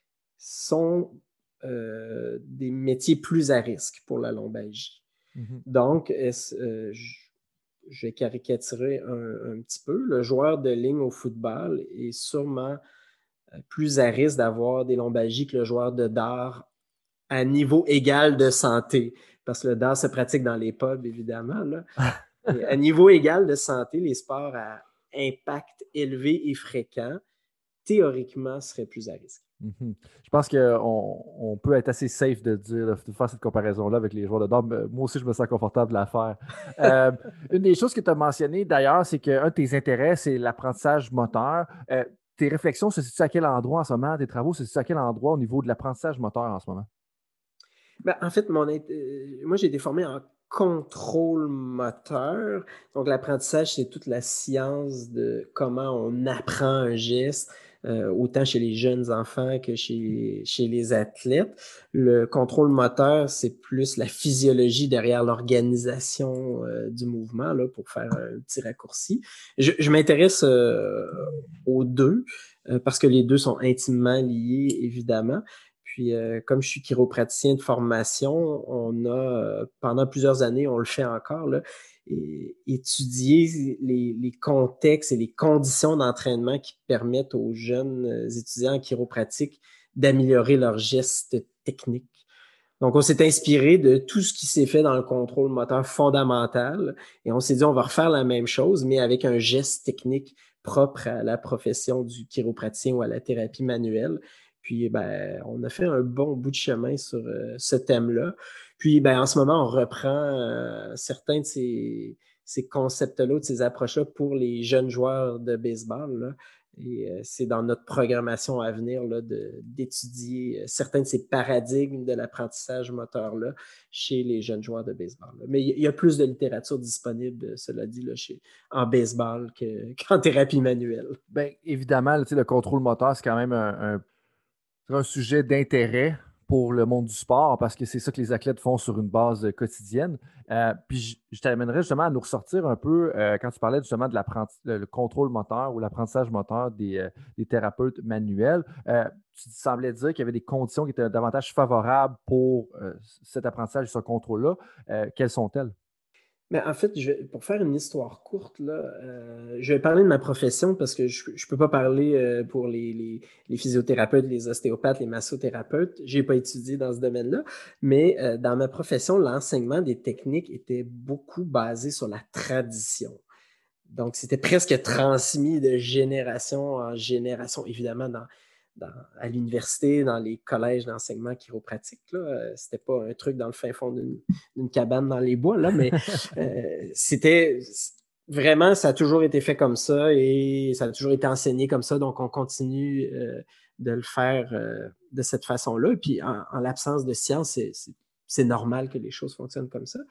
sont euh, des métiers plus à risque pour la lombalgie. Mhm. Donc, est-ce, euh, je, je vais caricaturer un, un petit peu. Le joueur de ligne au football est sûrement euh, plus à risque d'avoir des lombalgies que le joueur de dart à niveau égal de santé. Parce que le dart se pratique dans les pubs, évidemment, là. Et à niveau égal de santé, les sports à impact élevé et fréquent, théoriquement, seraient plus à risque. Mhm. Je pense qu'on on peut être assez safe de dire, de faire cette comparaison-là avec les joueurs de dame. Moi aussi, je me sens confortable de la faire. Euh, une des choses que tu as mentionnées d'ailleurs, c'est qu'un de tes intérêts, c'est l'apprentissage moteur. Euh, tes réflexions se situent à quel endroit en ce moment? Tes travaux se situent à quel endroit au niveau de l'apprentissage moteur en ce moment? Ben, en fait, mon, euh, moi, j'ai été formé en contrôle moteur. Donc, l'apprentissage, c'est toute la science de comment on apprend un geste, euh, autant chez les jeunes enfants que chez, chez les athlètes. Le contrôle moteur, c'est plus la physiologie derrière l'organisation euh, du mouvement, là, pour faire un petit raccourci. Je, je m'intéresse euh, aux deux, euh, parce que les deux sont intimement liés, évidemment. Puis, euh, comme je suis chiropraticien de formation, on a, euh, pendant plusieurs années, on le fait encore, là, et, étudier les, les contextes et les conditions d'entraînement qui permettent aux jeunes étudiants en chiropratique d'améliorer leurs gestes techniques. Donc, on s'est inspiré de tout ce qui s'est fait dans le contrôle moteur fondamental et on s'est dit, on va refaire la même chose, mais avec un geste technique propre à la profession du chiropraticien ou à la thérapie manuelle. Puis, ben, on a fait un bon bout de chemin sur euh, ce thème-là. Puis, ben, en ce moment, on reprend euh, certains de ces, ces concepts-là, de ces approches-là pour les jeunes joueurs de baseball, là. Et euh, c'est dans notre programmation à venir là, de, d'étudier certains de ces paradigmes de l'apprentissage moteur-là chez les jeunes joueurs de baseball. Là. Mais il y, y a plus de littérature disponible, cela dit, là, chez, en baseball que, qu'en thérapie manuelle. Bien, évidemment, là, le contrôle moteur, c'est quand même un, un un sujet d'intérêt pour le monde du sport parce que c'est ça que les athlètes font sur une base quotidienne. Euh, puis je, je t'amènerais justement à nous ressortir un peu euh, quand tu parlais justement de l'apprentissage, le contrôle moteur ou l'apprentissage moteur des, euh, des thérapeutes manuels. Euh, tu semblais dire qu'il y avait des conditions qui étaient davantage favorables pour euh, cet apprentissage et ce contrôle-là. Euh, quelles sont-elles? Mais en fait, je vais, pour faire une histoire courte, là, euh, je vais parler de ma profession parce que je ne peux pas parler euh, pour les, les, les physiothérapeutes, les ostéopathes, les massothérapeutes. Je n'ai pas étudié dans ce domaine-là, mais euh, dans ma profession, l'enseignement des techniques était beaucoup basé sur la tradition. Donc, c'était presque transmis de génération en génération, évidemment, dans, dans, à l'université, dans les collèges d'enseignement chiropratique. Là, euh, c'était pas un truc dans le fin fond d'une, d'une cabane dans les bois, là, mais euh, c'était vraiment, ça a toujours été fait comme ça et ça a toujours été enseigné comme ça. Donc, on continue euh, de le faire euh, de cette façon-là. Et puis, en, en l'absence de science, c'est, c'est, c'est normal que les choses fonctionnent comme ça.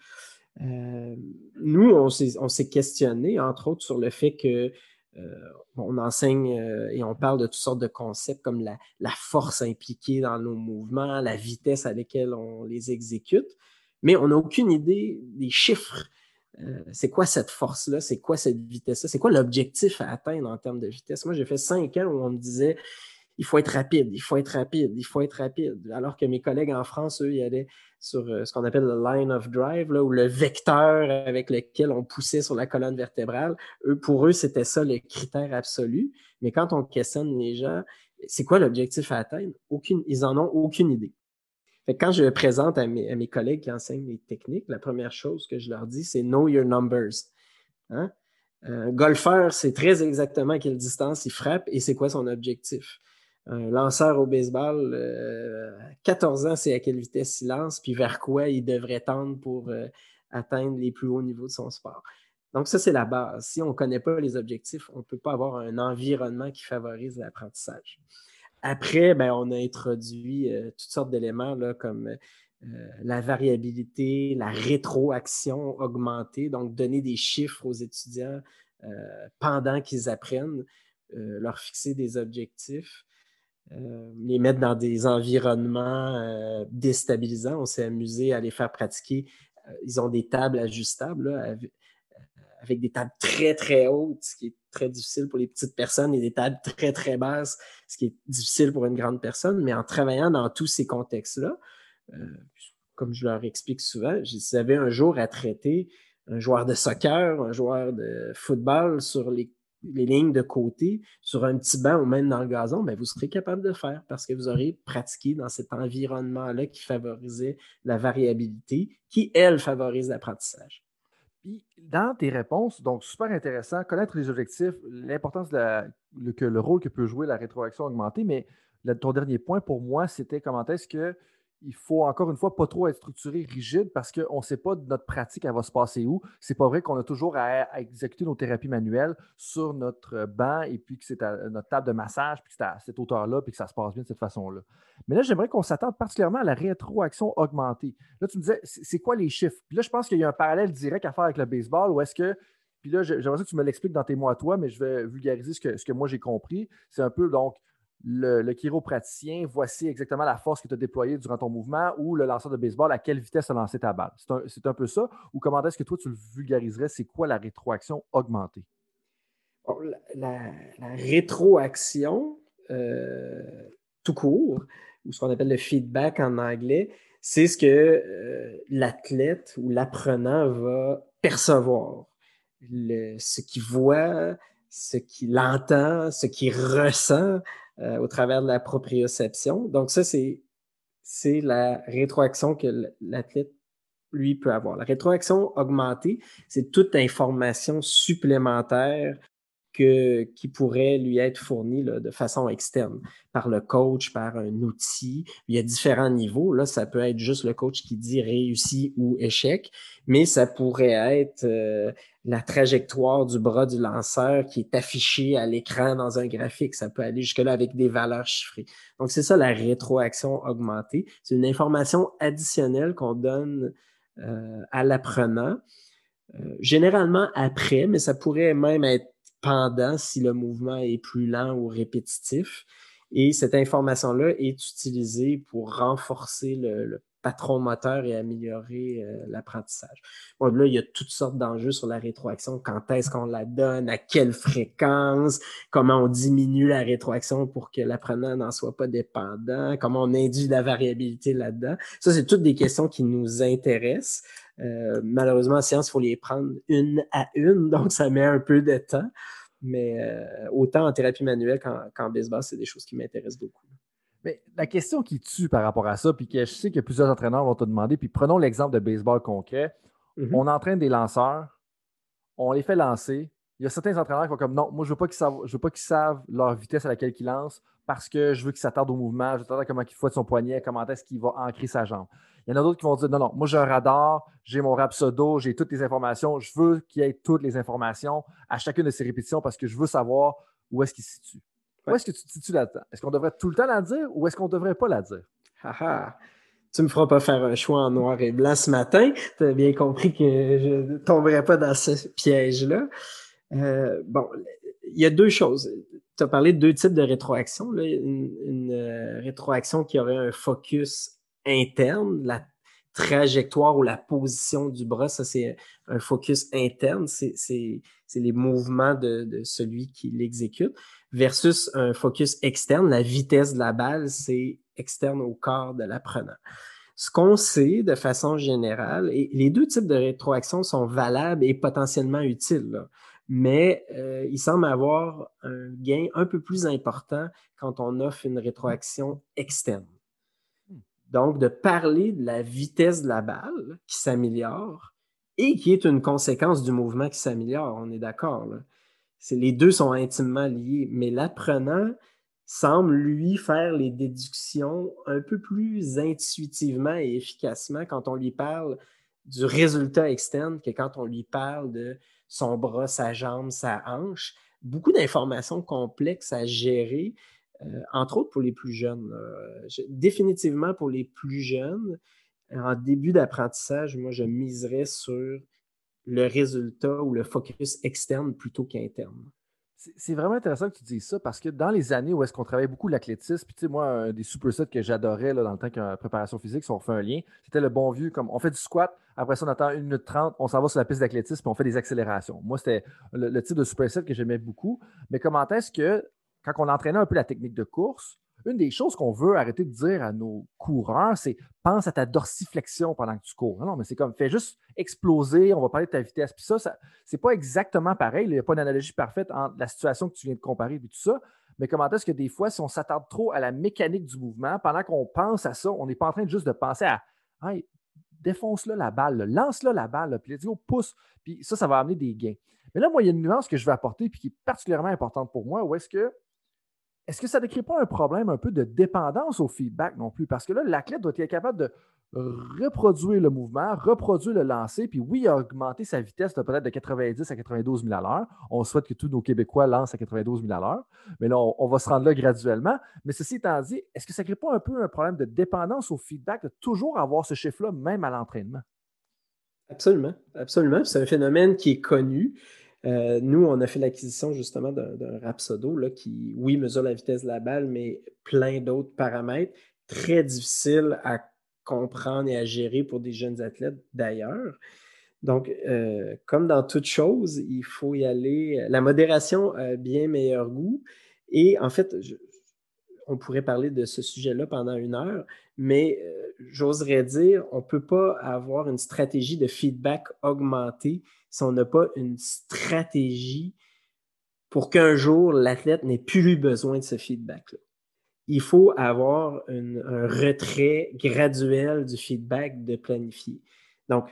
Euh, nous, on s'est, on s'est questionné, entre autres, sur le fait que euh, on enseigne euh, et on parle de toutes sortes de concepts comme la, la force impliquée dans nos mouvements, la vitesse à laquelle on les exécute, mais on n'a aucune idée des chiffres. Euh, c'est quoi cette force-là? C'est quoi cette vitesse-là? C'est quoi l'objectif à atteindre en termes de vitesse? Moi, j'ai fait cinq ans où on me disait il faut être rapide, il faut être rapide, il faut être rapide. Alors que mes collègues en France, eux, ils allaient sur euh, ce qu'on appelle le line of drive, là, ou le vecteur avec lequel on poussait sur la colonne vertébrale. Eux, pour eux, c'était ça le critère absolu. Mais quand on questionne les gens, c'est quoi l'objectif à atteindre? Aucune, ils en ont aucune idée. Fait que quand je présente à mes, à mes collègues qui enseignent les techniques, la première chose que je leur dis, c'est know your numbers. Hein? Un golfeur sait très exactement à quelle distance il frappe et c'est quoi son objectif. Un lanceur au baseball, euh, à quatorze ans, c'est à quelle vitesse il lance, puis vers quoi il devrait tendre pour euh, atteindre les plus hauts niveaux de son sport. Donc ça, c'est la base. Si on ne connaît pas les objectifs, on ne peut pas avoir un environnement qui favorise l'apprentissage. Après, ben, on a introduit euh, toutes sortes d'éléments là, comme euh, la variabilité, la rétroaction augmentée, donc donner des chiffres aux étudiants euh, pendant qu'ils apprennent, euh, leur fixer des objectifs. Euh, les mettre dans des environnements euh, déstabilisants. On s'est amusé à les faire pratiquer. Euh, ils ont des tables ajustables là, avec, avec des tables très, très hautes, ce qui est très difficile pour les petites personnes, et des tables très, très basses, ce qui est difficile pour une grande personne. Mais en travaillant dans tous ces contextes-là, euh, comme je leur explique souvent, si vous avez un jour à traiter un joueur de soccer, un joueur de football sur les les lignes de côté, sur un petit banc ou même dans le gazon, ben vous serez capable de le faire parce que vous aurez pratiqué dans cet environnement-là qui favorisait la variabilité, qui, elle, favorise l'apprentissage. Puis, dans tes réponses, donc super intéressant, connaître les objectifs, l'importance de la, le, que le rôle que peut jouer la rétroaction augmentée, mais le, ton dernier point pour moi, c'était comment est-ce que il faut encore une fois pas trop être structuré, rigide, parce qu'on ne sait pas de notre pratique, elle va se passer où. C'est pas vrai qu'on a toujours à, à exécuter nos thérapies manuelles sur notre banc et puis que c'est à notre table de massage, puis que c'est à cette hauteur-là, puis que ça se passe bien de cette façon-là. Mais là, j'aimerais qu'on s'attende particulièrement à la rétroaction augmentée. Là, tu me disais, c'est quoi les chiffres? Puis là, je pense qu'il y a un parallèle direct à faire avec le baseball, où est-ce que puis là, j'aimerais que tu me l'expliques dans tes mots à toi, mais je vais vulgariser ce que, ce que moi j'ai compris. C'est un peu donc le, le chiropraticien, voici exactement la force que tu as déployée durant ton mouvement, ou le lanceur de baseball, à quelle vitesse tu as lancé ta balle. C'est un, c'est un peu ça, ou comment est-ce que toi tu le vulgariserais? C'est quoi la rétroaction augmentée? Bon, la, la, la rétroaction, euh, tout court, ou ce qu'on appelle le feedback en anglais, c'est ce que euh, l'athlète ou l'apprenant va percevoir. Le, ce qu'il voit, ce qu'il entend, ce qu'il ressent euh, au travers de la proprioception. Donc ça, c'est, c'est la rétroaction que l'athlète, lui, peut avoir. La rétroaction augmentée, c'est toute information supplémentaire que, qui pourrait lui être fournie là, de façon externe, par le coach, par un outil. Il y a différents niveaux. Là, ça peut être juste le coach qui dit réussi ou échec, mais ça pourrait être euh, la trajectoire du bras du lanceur qui est affichée à l'écran dans un graphique. Ça peut aller jusque-là avec des valeurs chiffrées. Donc, c'est ça la rétroaction augmentée. C'est une information additionnelle qu'on donne euh, à l'apprenant, euh, généralement après, mais ça pourrait même être pendant si le mouvement est plus lent ou répétitif. Et cette information-là est utilisée pour renforcer le, le patron moteur et améliorer euh, l'apprentissage. Bon, là, il y a toutes sortes d'enjeux sur la rétroaction. Quand est-ce qu'on la donne? À quelle fréquence? Comment on diminue la rétroaction pour que l'apprenant n'en soit pas dépendant? Comment on induit la variabilité là-dedans? Ça, c'est toutes des questions qui nous intéressent. Euh, malheureusement, en science, il faut les prendre une à une, donc ça met un peu de temps. Mais euh, autant en thérapie manuelle qu'en, qu'en baseball, c'est des choses qui m'intéressent beaucoup. Mais la question qui tue par rapport à ça, puis que je sais que plusieurs entraîneurs vont te demander, puis prenons l'exemple de baseball concret. Mm-hmm. On entraîne des lanceurs, on les fait lancer. Il y a certains entraîneurs qui vont comme non, moi je veux pas qu'ils savent, je veux pas qu'ils savent leur vitesse à laquelle ils lancent parce que je veux qu'ils s'attardent au mouvement, je veux savoir comment il fouette son poignet, comment est-ce qu'il va ancrer sa jambe. Il y en a d'autres qui vont dire non, non, moi j'ai un radar, j'ai mon Rapsodo, j'ai toutes les informations, je veux qu'il y ait toutes les informations à chacune de ces répétitions parce que je veux savoir où est-ce qu'il se situe. Où est-ce que tu te situes là-dedans? Est-ce qu'on devrait tout le temps la dire ou est-ce qu'on ne devrait pas la dire? Ah ah. Tu me feras pas faire un choix en noir et blanc ce matin. Tu as bien compris que je ne tomberais pas dans ce piège-là. Euh, bon, il y a deux choses. Tu as parlé de deux types de rétroaction. Là. Une, une euh, rétroaction qui aurait un focus interne, la trajectoire ou la position du bras, ça c'est un focus interne, c'est, c'est, c'est les mouvements de, de celui qui l'exécute, versus un focus externe, la vitesse de la balle, c'est externe au corps de l'apprenant. Ce qu'on sait de façon générale, et les deux types de rétroaction sont valables et potentiellement utiles, là, mais euh, il semble avoir un gain un peu plus important quand on offre une rétroaction externe. Donc, de parler de la vitesse de la balle qui s'améliore et qui est une conséquence du mouvement qui s'améliore, on est d'accord, là. C'est, les deux sont intimement liés, mais l'apprenant semble, lui, faire les déductions un peu plus intuitivement et efficacement quand on lui parle du résultat externe que quand on lui parle de son bras, sa jambe, sa hanche. Beaucoup d'informations complexes à gérer, euh, entre autres pour les plus jeunes. Euh, je, définitivement pour les plus jeunes, en début d'apprentissage, moi, je miserais sur le résultat ou le focus externe plutôt qu'interne. C'est vraiment intéressant que tu dises ça parce que dans les années où est-ce qu'on travaillait beaucoup l'athlétisme, puis tu sais, moi, un des supersets que j'adorais là, dans le temps qu'en préparation physique, si on fait un lien, c'était le bon vieux, comme on fait du squat, après ça, on attend une minute trente, on s'en va sur la piste d'athlétisme, puis on fait des accélérations. Moi, c'était le, le type de superset que j'aimais beaucoup. Mais comment est-ce que, quand on entraînait un peu la technique de course, une des choses qu'on veut arrêter de dire à nos coureurs, c'est pense à ta dorsiflexion pendant que tu cours. Non, non, mais c'est comme fais juste exploser, on va parler de ta vitesse. Puis ça, ça c'est pas exactement pareil. Il n'y a pas d'analogie parfaite entre la situation que tu viens de comparer et tout ça. Mais comment est-ce que des fois, si on s'attarde trop à la mécanique du mouvement, pendant qu'on pense à ça, on n'est pas en train de juste de penser à hey, défonce-là la balle, là, lance-là la balle, là, puis let's go, pousse. Puis ça, ça va amener des gains. Mais là, moi, il y a une nuance que je vais apporter puis qui est particulièrement importante pour moi, où est-ce que Est-ce que ça ne décrit pas un problème un peu de dépendance au feedback non plus? Parce que là, l'athlète doit être capable de reproduire le mouvement, reproduire le lancer, puis oui, augmenter sa vitesse de peut-être de quatre-vingt-dix à quatre-vingt-douze mille à l'heure. On souhaite que tous nos Québécois lancent à quatre-vingt-douze mille à l'heure, mais là, on, on va se rendre là graduellement. Mais ceci étant dit, est-ce que ça ne crée pas un peu un problème de dépendance au feedback, de toujours avoir ce chiffre-là, même à l'entraînement? Absolument, absolument. C'est un phénomène qui est connu. Euh, nous, on a fait l'acquisition justement d'un, d'un Rapsodo là, qui, oui, mesure la vitesse de la balle, mais plein d'autres paramètres, très difficiles à comprendre et à gérer pour des jeunes athlètes d'ailleurs. Donc, euh, comme dans toute chose, il faut y aller. La modération a bien meilleur goût. Et en fait, je, on pourrait parler de ce sujet-là pendant une heure, mais euh, j'oserais dire, on ne peut pas avoir une stratégie de feedback augmentée si on n'a pas une stratégie pour qu'un jour, l'athlète n'ait plus besoin de ce feedback-là. Il faut avoir une, un retrait graduel du feedback de planifier. Donc,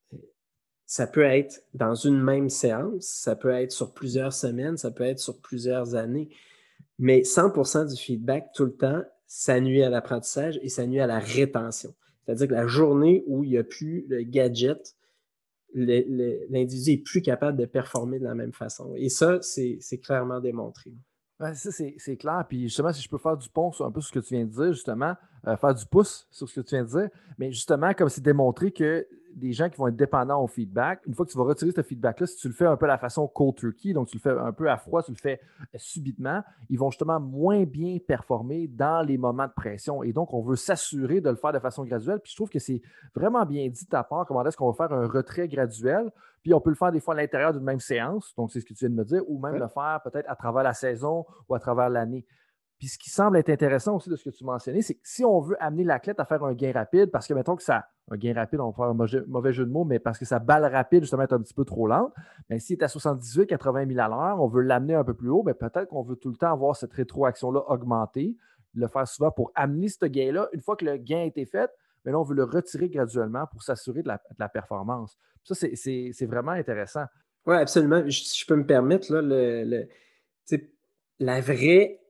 ça peut être dans une même séance, ça peut être sur plusieurs semaines, ça peut être sur plusieurs années. Mais cent pour cent du feedback tout le temps, ça nuit à l'apprentissage et ça nuit à la rétention. C'est-à-dire que la journée où il n'y a plus le gadget, le, le, l'individu est plus capable de performer de la même façon. Et ça, c'est, c'est clairement démontré. Ouais, ça, c'est, c'est clair. Puis justement, si je peux faire du pont sur un peu ce que tu viens de dire, justement, euh, faire du pouce sur ce que tu viens de dire, mais justement, comme c'est démontré que des gens qui vont être dépendants au feedback, une fois que tu vas retirer ce feedback-là, si tu le fais un peu à la façon cold turkey, donc tu le fais un peu à froid, tu le fais euh, subitement, ils vont justement moins bien performer dans les moments de pression. Et donc, on veut s'assurer de le faire de façon graduelle. Puis je trouve que c'est vraiment bien dit de ta part, comment est-ce qu'on va faire un retrait graduel. Puis on peut le faire des fois à l'intérieur d'une même séance, donc c'est ce que tu viens de me dire, ou même ouais. le faire peut-être à travers la saison ou à travers l'année. Puis ce qui semble être intéressant aussi de ce que tu mentionnais, c'est que si on veut amener l'athlète à faire un gain rapide, parce que mettons que ça, un gain rapide, on va faire un mauvais, mauvais jeu de mots, mais parce que sa balle rapide, justement, est un petit peu trop lente, bien, s'il est à soixante-dix-huit à quatre-vingt milles à l'heure, on veut l'amener un peu plus haut, bien, peut-être qu'on veut tout le temps avoir cette rétroaction-là augmentée, le faire souvent pour amener ce gain-là. Une fois que le gain a été fait, mais là, on veut le retirer graduellement pour s'assurer de la, de la performance. Ça, c'est, c'est, c'est vraiment intéressant. Oui, absolument. Je, je peux me permettre, là, le, le, la vraie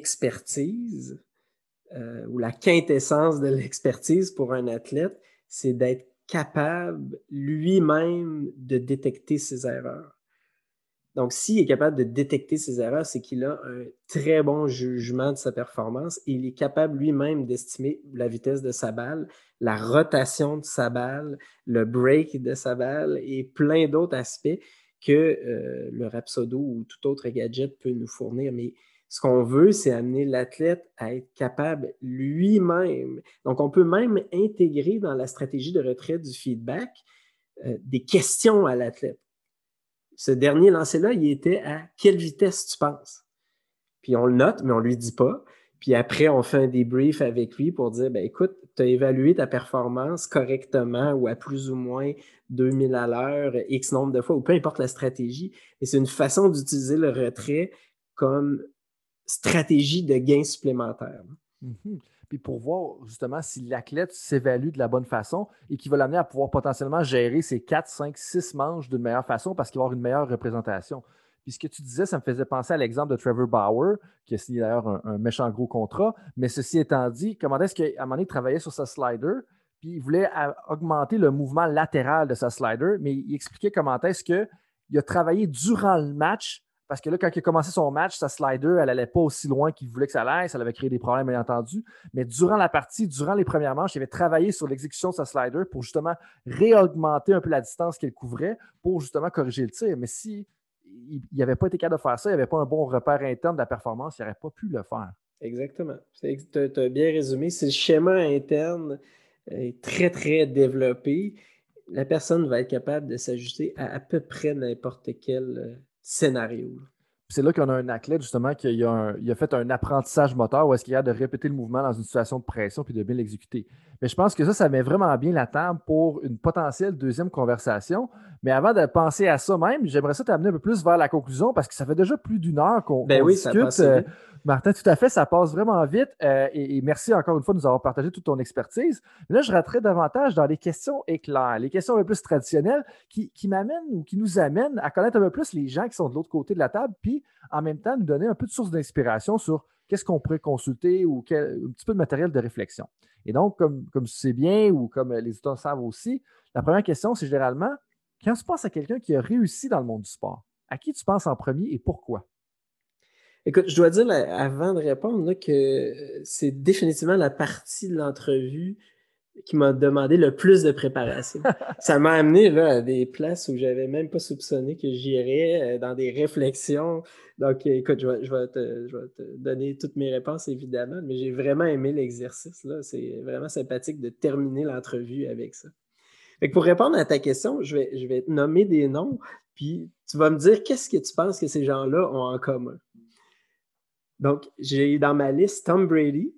expertise euh, ou la quintessence de l'expertise pour un athlète, c'est d'être capable lui-même de détecter ses erreurs. Donc, s'il est capable de détecter ses erreurs, c'est qu'il a un très bon jugement de sa performance et il est capable lui-même d'estimer la vitesse de sa balle, la rotation de sa balle, le break de sa balle et plein d'autres aspects que euh, le Rapsodo ou tout autre gadget peut nous fournir. Mais ce qu'on veut, c'est amener l'athlète à être capable lui-même. Donc, on peut même intégrer dans la stratégie de retrait du feedback euh, des questions à l'athlète. Ce dernier lancer-là, il était à quelle vitesse tu penses? Puis on le note, mais on ne lui dit pas. Puis après, on fait un débrief avec lui pour dire, ben écoute, tu as évalué ta performance correctement ou à plus ou moins deux mille à l'heure, X nombre de fois, ou peu importe la stratégie. Et c'est une façon d'utiliser le retrait comme stratégie de gain supplémentaire. Mm-hmm. Puis pour voir justement si l'athlète s'évalue de la bonne façon et qui va l'amener à pouvoir potentiellement gérer ses quatre, cinq, six manches d'une meilleure façon parce qu'il va avoir une meilleure représentation. Puis ce que tu disais, ça me faisait penser à l'exemple de Trevor Bauer, qui a signé d'ailleurs un, un méchant gros contrat. Mais ceci étant dit, comment est-ce qu'à un moment donné, il travaillait sur sa slider, puis il voulait augmenter le mouvement latéral de sa slider, mais il expliquait comment est-ce qu'il a travaillé durant le match. Parce que là, quand il a commencé son match, sa slider, elle n'allait pas aussi loin qu'il voulait que ça aille. Ça avait créé des problèmes, bien entendu. Mais durant la partie, durant les premières manches, il avait travaillé sur l'exécution de sa slider pour justement réaugmenter un peu la distance qu'elle couvrait pour justement corriger le tir. Mais si il n'avait pas été capable de faire ça, il n'y avait pas un bon repère interne de la performance, il n'aurait pas pu le faire. Exactement. Tu as bien résumé. Si le schéma interne est très, très développé, la personne va être capable de s'ajuster à à peu près n'importe quel scénario. C'est là qu'on a un athlète, justement, qui a, un, il a fait un apprentissage moteur où est-ce qu'il a de répéter le mouvement dans une situation de pression puis de bien l'exécuter. Mais je pense que ça, ça met vraiment bien la table pour une potentielle deuxième conversation. Mais avant de penser à ça même, j'aimerais ça t'amener un peu plus vers la conclusion parce que ça fait déjà plus d'une heure qu'on, ben qu'on oui, discute. Ça passe Martin, tout à fait, ça passe vraiment vite. Euh, et, et merci encore une fois de nous avoir partagé toute ton expertise. Mais là, je rentrerai davantage dans les questions éclairs, les questions un peu plus traditionnelles qui, qui m'amènent ou qui nous amènent à connaître un peu plus les gens qui sont de l'autre côté de la table, puis en même temps nous donner un peu de source d'inspiration sur qu'est-ce qu'on pourrait consulter ou quel, un petit peu de matériel de réflexion. Et donc, comme, comme tu sais bien ou comme les auditeurs savent aussi, la première question, c'est généralement, quand tu penses à quelqu'un qui a réussi dans le monde du sport, à qui tu penses en premier et pourquoi? Écoute, je dois dire, là, avant de répondre, là, que c'est définitivement la partie de l'entrevue qui m'a demandé le plus de préparation. Ça m'a amené là, à des places où j'avais même pas soupçonné que j'irais, dans des réflexions. Donc, écoute, je vais, je vais, te, je vais te donner toutes mes réponses, évidemment, mais j'ai vraiment aimé l'exercice. Là. C'est vraiment sympathique de terminer l'entrevue avec ça. Fait que pour répondre à ta question, je vais, je vais te nommer des noms, puis tu vas me dire qu'est-ce que tu penses que ces gens-là ont en commun. Donc, j'ai dans ma liste Tom Brady,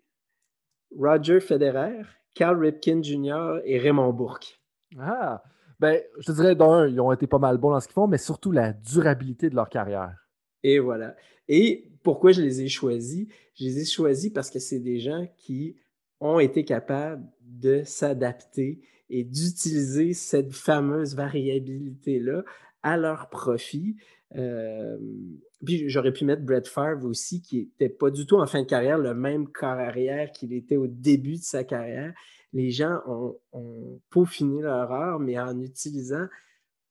Roger Federer, Cal Ripken Junior et Raymond Bourque. Ah, ben, je te dirais, d'un, ils ont été pas mal bons dans ce qu'ils font, mais surtout la durabilité de leur carrière. Et voilà. Et pourquoi je les ai choisis? Je les ai choisis parce que c'est des gens qui ont été capables de s'adapter et d'utiliser cette fameuse variabilité-là à leur profit. Euh, puis j'aurais pu mettre Brett Favre aussi, qui n'était pas du tout en fin de carrière le même corps arrière qu'il était au début de sa carrière. Les gens ont, ont peaufiné leur art, mais en utilisant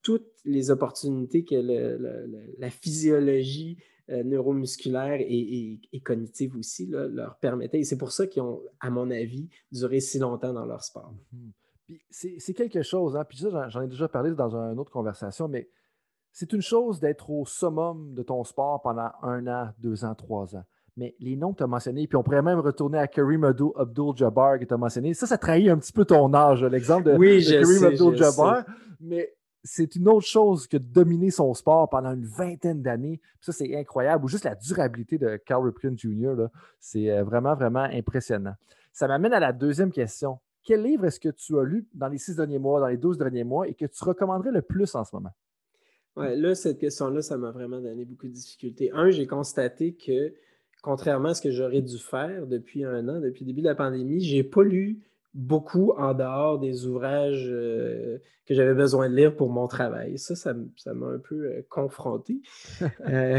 toutes les opportunités que le, le, le, la physiologie euh, neuromusculaire et, et, et cognitive aussi là, leur permettait. Et c'est pour ça qu'ils ont, à mon avis, duré si longtemps dans leur sport. Mm-hmm. Puis c'est, c'est quelque chose, hein? Puis ça, j'en, j'en ai déjà parlé dans une autre conversation, mais c'est une chose d'être au summum de ton sport pendant un an, deux ans, trois ans. Mais les noms que tu as mentionnés, puis on pourrait même retourner à Kareem Abdul-Jabbar que tu as mentionné. Ça, ça trahit un petit peu ton âge, l'exemple de, oui, de je Kareem sais, Abdul-Jabbar. Mais c'est une autre chose que de dominer son sport pendant une vingtaine d'années. Puis ça, c'est incroyable. Ou juste la durabilité de Cal Ripken junior, là, c'est vraiment, vraiment impressionnant. Ça m'amène à la deuxième question. Quel livre est-ce que tu as lu dans les six derniers mois, dans les douze derniers mois, et que tu recommanderais le plus en ce moment? Ouais, là, cette question-là, ça m'a vraiment donné beaucoup de difficultés. Un, j'ai constaté que, contrairement à ce que j'aurais dû faire depuis un an, depuis le début de la pandémie, j'ai pas lu beaucoup en dehors des ouvrages euh, que j'avais besoin de lire pour mon travail. Ça, ça, ça m'a un peu euh, confronté. euh,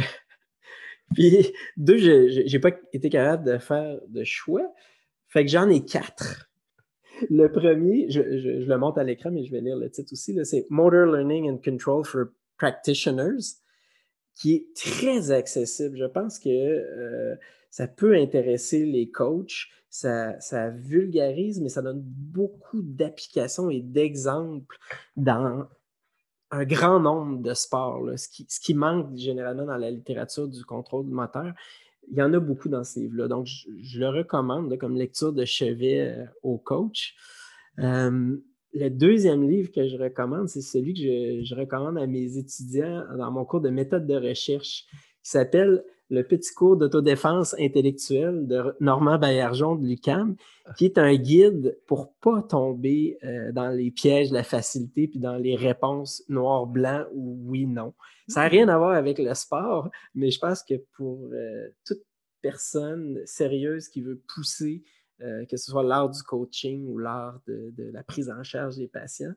puis, deux, je j'ai pas été capable de faire de choix. Fait que j'en ai quatre. Le premier, je, je, je le montre à l'écran, mais je vais lire le titre aussi, là, c'est Motor Learning and Control for Practitioners, qui est très accessible. Je pense que euh, ça peut intéresser les coachs, ça, ça vulgarise, mais ça donne beaucoup d'applications et d'exemples dans un grand nombre de sports, là, ce, qui, ce qui manque généralement dans la littérature du contrôle moteur. Il y en a beaucoup dans ce livre-là. Donc, je, je le recommande là, comme lecture de chevet euh, au coach. Euh, le deuxième livre que je recommande, c'est celui que je, je recommande à mes étudiants dans mon cours de méthode de recherche, qui s'appelle Le petit cours d'autodéfense intellectuelle de Normand Baillargeon de l'U Q A M, qui est un guide pour ne pas tomber euh, dans les pièges de la facilité puis dans les réponses noir-blanc ou oui-non. Ça n'a rien à voir avec le sport, mais je pense que pour euh, toute personne sérieuse qui veut pousser Euh, que ce soit l'art du coaching ou l'art de, de la prise en charge des patients,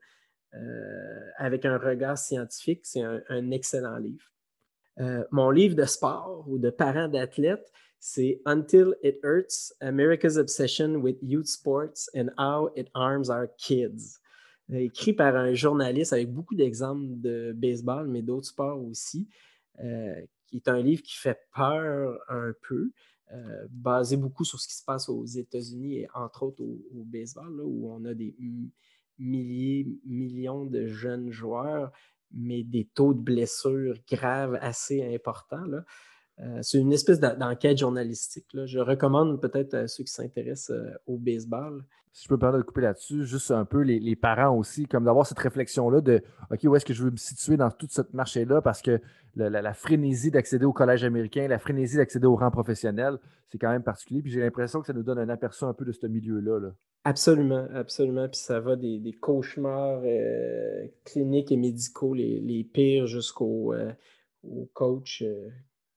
euh, avec un regard scientifique, c'est un, un excellent livre. Euh, mon livre de sport ou de parents d'athlètes, c'est Until It Hurts, America's Obsession with Youth Sports and How It Harms Our Kids. Écrit par un journaliste avec beaucoup d'exemples de baseball, mais d'autres sports aussi, euh, qui est un livre qui fait peur un peu. Euh, basé beaucoup sur ce qui se passe aux États-Unis et entre autres au, au baseball, là, où on a des m- milliers, millions de jeunes joueurs, mais des taux de blessures graves assez importants. Là. Euh, c'est une espèce d'enquête journalistique. Là. Je recommande peut-être à ceux qui s'intéressent euh, au baseball. Si je peux me permettre de couper là-dessus, juste un peu les, les parents aussi, comme d'avoir cette réflexion-là de OK, où est-ce que je veux me situer dans toute cette marché-là, parce que le, la, la frénésie d'accéder au collège américain, la frénésie d'accéder au rang professionnel, c'est quand même particulier. Puis j'ai l'impression que ça nous donne un aperçu un peu de ce milieu-là. Là. Absolument, absolument. Puis ça va des, des cauchemars euh, cliniques et médicaux, les, les pires, jusqu'au euh, au coach euh,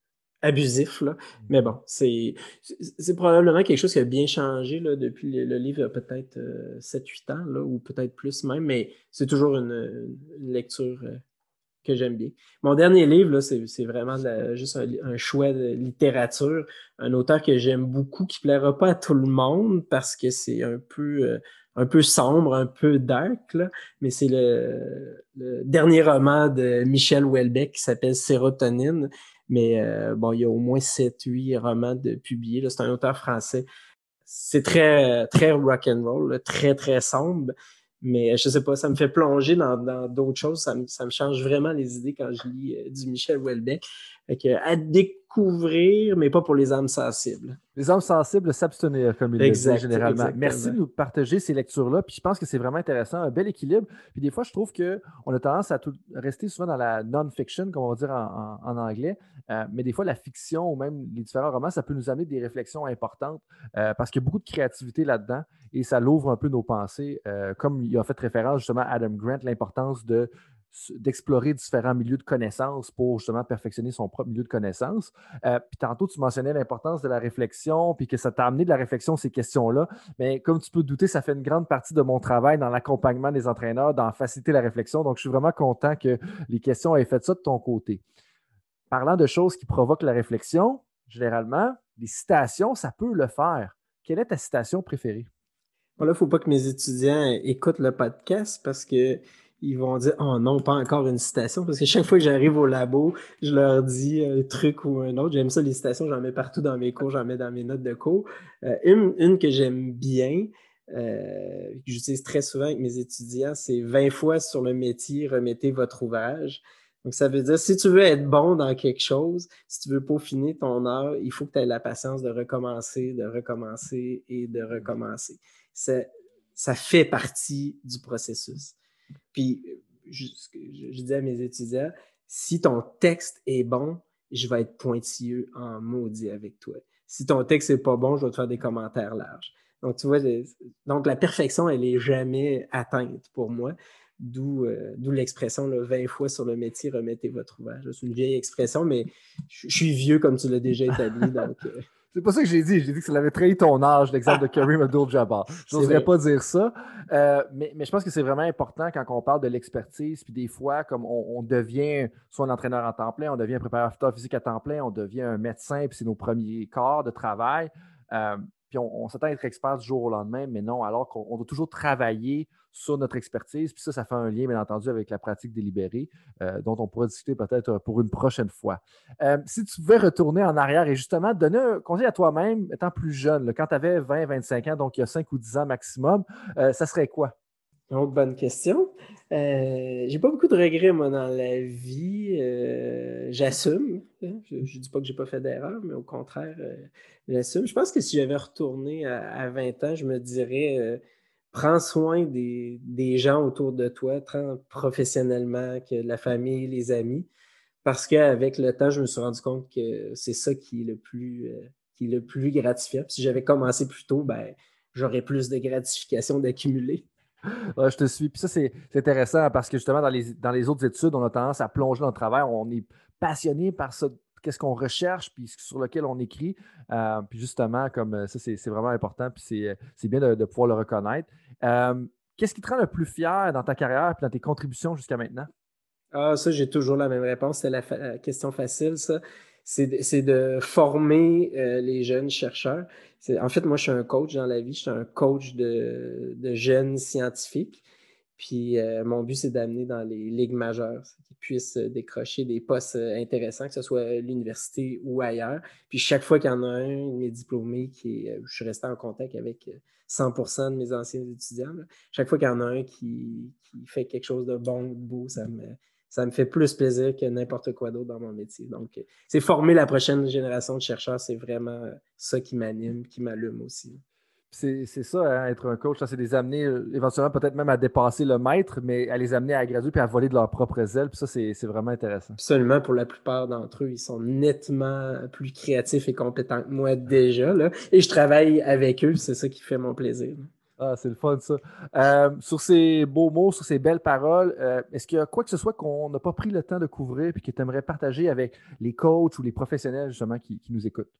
abusif, là. Mais bon, c'est, c'est probablement quelque chose qui a bien changé là, depuis le, le livre, a peut-être euh, sept huit ans, là, ou peut-être plus même, mais c'est toujours une, une lecture euh, que j'aime bien. Mon dernier livre, là, c'est, c'est vraiment de la- juste un, un choix de littérature, un auteur que j'aime beaucoup, qui plaira pas à tout le monde parce que c'est un peu, euh, un peu sombre, un peu dark, là, mais c'est le, le dernier roman de Michel Houellebecq qui s'appelle Sérotonine. Mais euh, bon, il y a au moins sept huit romans de publiés. Là. C'est un auteur français. C'est très, très rock'n'roll, là, très, très sombre. Mais je sais pas, ça me fait plonger dans, dans d'autres choses. Ça me, ça me change vraiment les idées quand je lis euh, du Michel Houellebecq. Fait que, à découvrir, mais pas pour les âmes sensibles. Les âmes sensibles s'abstenir, comme il le dit Exact, généralement. Merci de exactement. nous partager ces lectures-là. Puis je pense que c'est vraiment intéressant, un bel équilibre. Puis des fois, je trouve qu'on a tendance à tout, rester souvent dans la non-fiction, comme on va dire en, en, en anglais. Euh, mais des fois, la fiction ou même les différents romans, ça peut nous amener des réflexions importantes euh, parce qu'il y a beaucoup de créativité là-dedans et ça l'ouvre un peu nos pensées. Euh, comme il a fait référence justement à Adam Grant, l'importance de d'explorer différents milieux de connaissances pour justement perfectionner son propre milieu de connaissances. Euh, puis tantôt, tu mentionnais l'importance de la réflexion, puis que ça t'a amené de la réflexion, ces questions-là. Mais comme tu peux te douter, ça fait une grande partie de mon travail dans l'accompagnement des entraîneurs, dans faciliter la réflexion. Donc, je suis vraiment content que les questions aient fait ça de ton côté. Parlant de choses qui provoquent la réflexion, généralement, les citations, ça peut le faire. Quelle est ta citation préférée? Bon, là, il ne faut pas que mes étudiants écoutent le podcast parce que ils vont dire « Oh non, pas encore une citation », parce que chaque fois que j'arrive au labo, je leur dis un truc ou un autre. J'aime ça, les citations, j'en mets partout dans mes cours, j'en mets dans mes notes de cours. Euh, une, une que j'aime bien, euh, que j'utilise très souvent avec mes étudiants, c'est « vingt fois sur le métier, remettez votre ouvrage ». Donc, ça veut dire, si tu veux être bon dans quelque chose, si tu veux peaufiner ton art, il faut que tu aies la patience de recommencer, de recommencer et de recommencer. Ça, ça fait partie du processus. Puis, je, je, je dis à mes étudiants, si ton texte est bon, je vais être pointilleux en maudit avec toi. Si ton texte n'est pas bon, je vais te faire des commentaires larges. Donc, tu vois, donc la perfection, elle n'est jamais atteinte pour moi. D'où, euh, d'où l'expression là, vingt fois sur le métier, remettez votre ouvrage. C'est une vieille expression, mais je, je suis vieux comme tu l'as déjà établi. Donc, euh... C'est pas ça que j'ai dit. J'ai dit que ça avait trahi ton âge, l'exemple de Kareem Abdul-Jabbar. Je n'oserais pas dire ça. Euh, mais, mais je pense que c'est vraiment important quand on parle de l'expertise. Puis des fois, comme on, on devient soit un entraîneur en temps plein, on devient un préparateur physique à temps plein, on devient un médecin, puis c'est nos premiers corps de travail. Euh, puis on, on s'attend à être expert du jour au lendemain, mais non, alors qu'on doit toujours travailler sur notre expertise. Puis ça, ça fait un lien, bien entendu, avec la pratique délibérée, euh, dont on pourra discuter peut-être pour une prochaine fois. Euh, si tu pouvais retourner en arrière et justement donner un conseil à toi-même, étant plus jeune, là, quand tu avais vingt, vingt-cinq ans, donc il y a cinq ou dix ans maximum, euh, ça serait quoi? Une autre bonne question. Euh, j'ai pas beaucoup de regrets, moi, dans la vie. Euh, j'assume. Je ne dis pas que j'ai pas fait d'erreur, mais au contraire, euh, j'assume. Je pense que si j'avais retourné à, à vingt ans, je me dirais euh, prends soin des, des gens autour de toi, tant professionnellement que la famille, les amis. Parce qu'avec le temps, je me suis rendu compte que c'est ça qui est le plus, euh, qui est le plus gratifiant. Puis si j'avais commencé plus tôt, ben, j'aurais plus de gratification d'accumuler. Ouais, je te suis. Puis ça, c'est intéressant parce que justement, dans les, dans les autres études, on a tendance à plonger dans le travail. On est passionné par ça, qu'est-ce qu'on recherche, puis sur lequel on écrit. Euh, puis justement, comme ça, c'est vraiment important, puis c'est bien de, de, pouvoir le reconnaître. Euh, Qu'est-ce qui te rend le plus fier dans ta carrière et dans tes contributions jusqu'à maintenant? Ah, ça, j'ai toujours la même réponse. C'est la, la question facile, ça. C'est de, de former euh, les jeunes chercheurs. En fait, moi, je suis un coach dans la vie. Je suis un coach de, de jeunes scientifiques. Puis, euh, mon but, c'est d'amener dans les ligues majeures, qu'ils puissent décrocher des postes intéressants, que ce soit à l'université ou ailleurs. Puis, chaque fois qu'il y en a un, de mes diplômés, qui est, je suis resté en contact avec cent pour cent de mes anciens étudiants, là. Chaque fois qu'il y en a un qui, qui fait quelque chose de bon ou de beau, ça me ça me fait plus plaisir que n'importe quoi d'autre dans mon métier. Donc, c'est former la prochaine génération de chercheurs, c'est vraiment ça qui m'anime, qui m'allume aussi. C'est ça, hein, être un coach, c'est les amener éventuellement peut-être même à dépasser le maître, mais à les amener à graduer puis à voler de leurs propres ailes. Puis ça, c'est vraiment intéressant. Absolument, pour la plupart d'entre eux, ils sont nettement plus créatifs et compétents que moi déjà, là. Et je travaille avec eux, c'est ça qui fait mon plaisir. Ah, c'est le fun, ça. Euh, sur ces beaux mots, sur ces belles paroles, euh, est-ce qu'il y a quoi que ce soit qu'on n'a pas pris le temps de couvrir et que tu aimerais partager avec les coachs ou les professionnels, justement, qui, qui nous écoutent?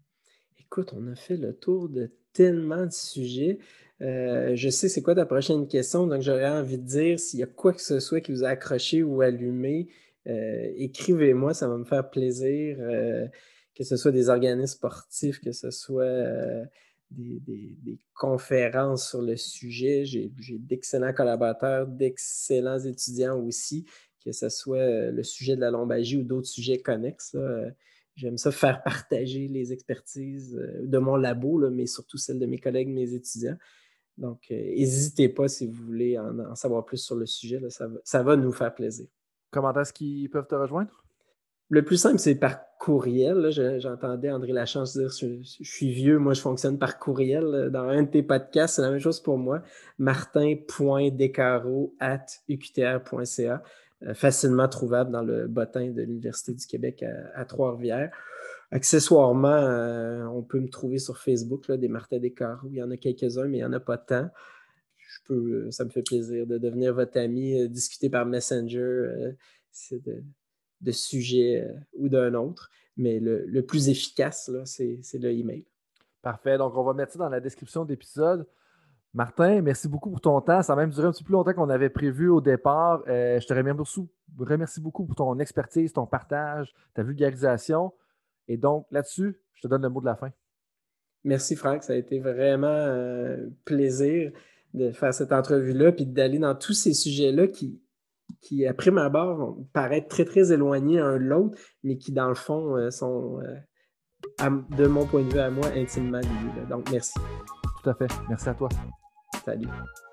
Écoute, on a fait le tour de tellement de sujets. Euh, je sais c'est quoi ta prochaine question, donc j'aurais envie de dire s'il y a quoi que ce soit qui vous a accroché ou allumé, euh, écrivez-moi, ça va me faire plaisir. Euh, que ce soit des organismes sportifs, que ce soit euh, des, des, des conférences sur le sujet. J'ai d'excellents collaborateurs, d'excellents étudiants aussi, que ce soit le sujet de la lombalgie ou d'autres sujets connexes. Là. J'aime ça faire partager les expertises de mon labo, là, mais surtout celles de mes collègues, mes étudiants. Donc, n'hésitez euh, pas si vous voulez en, en, savoir plus sur le sujet. Là, ça, va, ça va nous faire plaisir. Comment est-ce qu'ils peuvent te rejoindre? Le plus simple, c'est par courriel. J'entendais André Lachance dire je, je suis vieux, moi je fonctionne par courriel. Dans un de tes podcasts, c'est la même chose pour moi. martin point descarreaux arobase u q t r point c a. Euh, facilement trouvable dans le bottin de l'Université du Québec à, à Trois-Rivières. Accessoirement, euh, on peut me trouver sur Facebook, là, des Martin Descarreaux. Il y en a quelques-uns, mais il n'y en a pas tant. Je peux, ça me fait plaisir de devenir votre ami, euh, discuter par Messenger, euh, c'est de, de sujets euh, ou d'un autre. Mais le, le plus efficace, c'est le email. Parfait. Donc, on va mettre ça dans la description de l'épisode. Martin, merci beaucoup pour ton temps. Ça a même duré un petit peu plus longtemps qu'on avait prévu au départ. Euh, je te remercie, remercie beaucoup pour ton expertise, ton partage, ta vulgarisation. Et donc, là-dessus, je te donne le mot de la fin. Merci, Franck. Ça a été vraiment un plaisir de faire cette entrevue-là puis d'aller dans tous ces sujets-là qui, qui, à prime abord, paraissent très, très éloignés l'un de l'autre, mais qui, dans le fond, euh, sont, euh, à, de mon point de vue à moi, intimement liés. Donc, merci. Tout à fait. Merci à toi. Salut.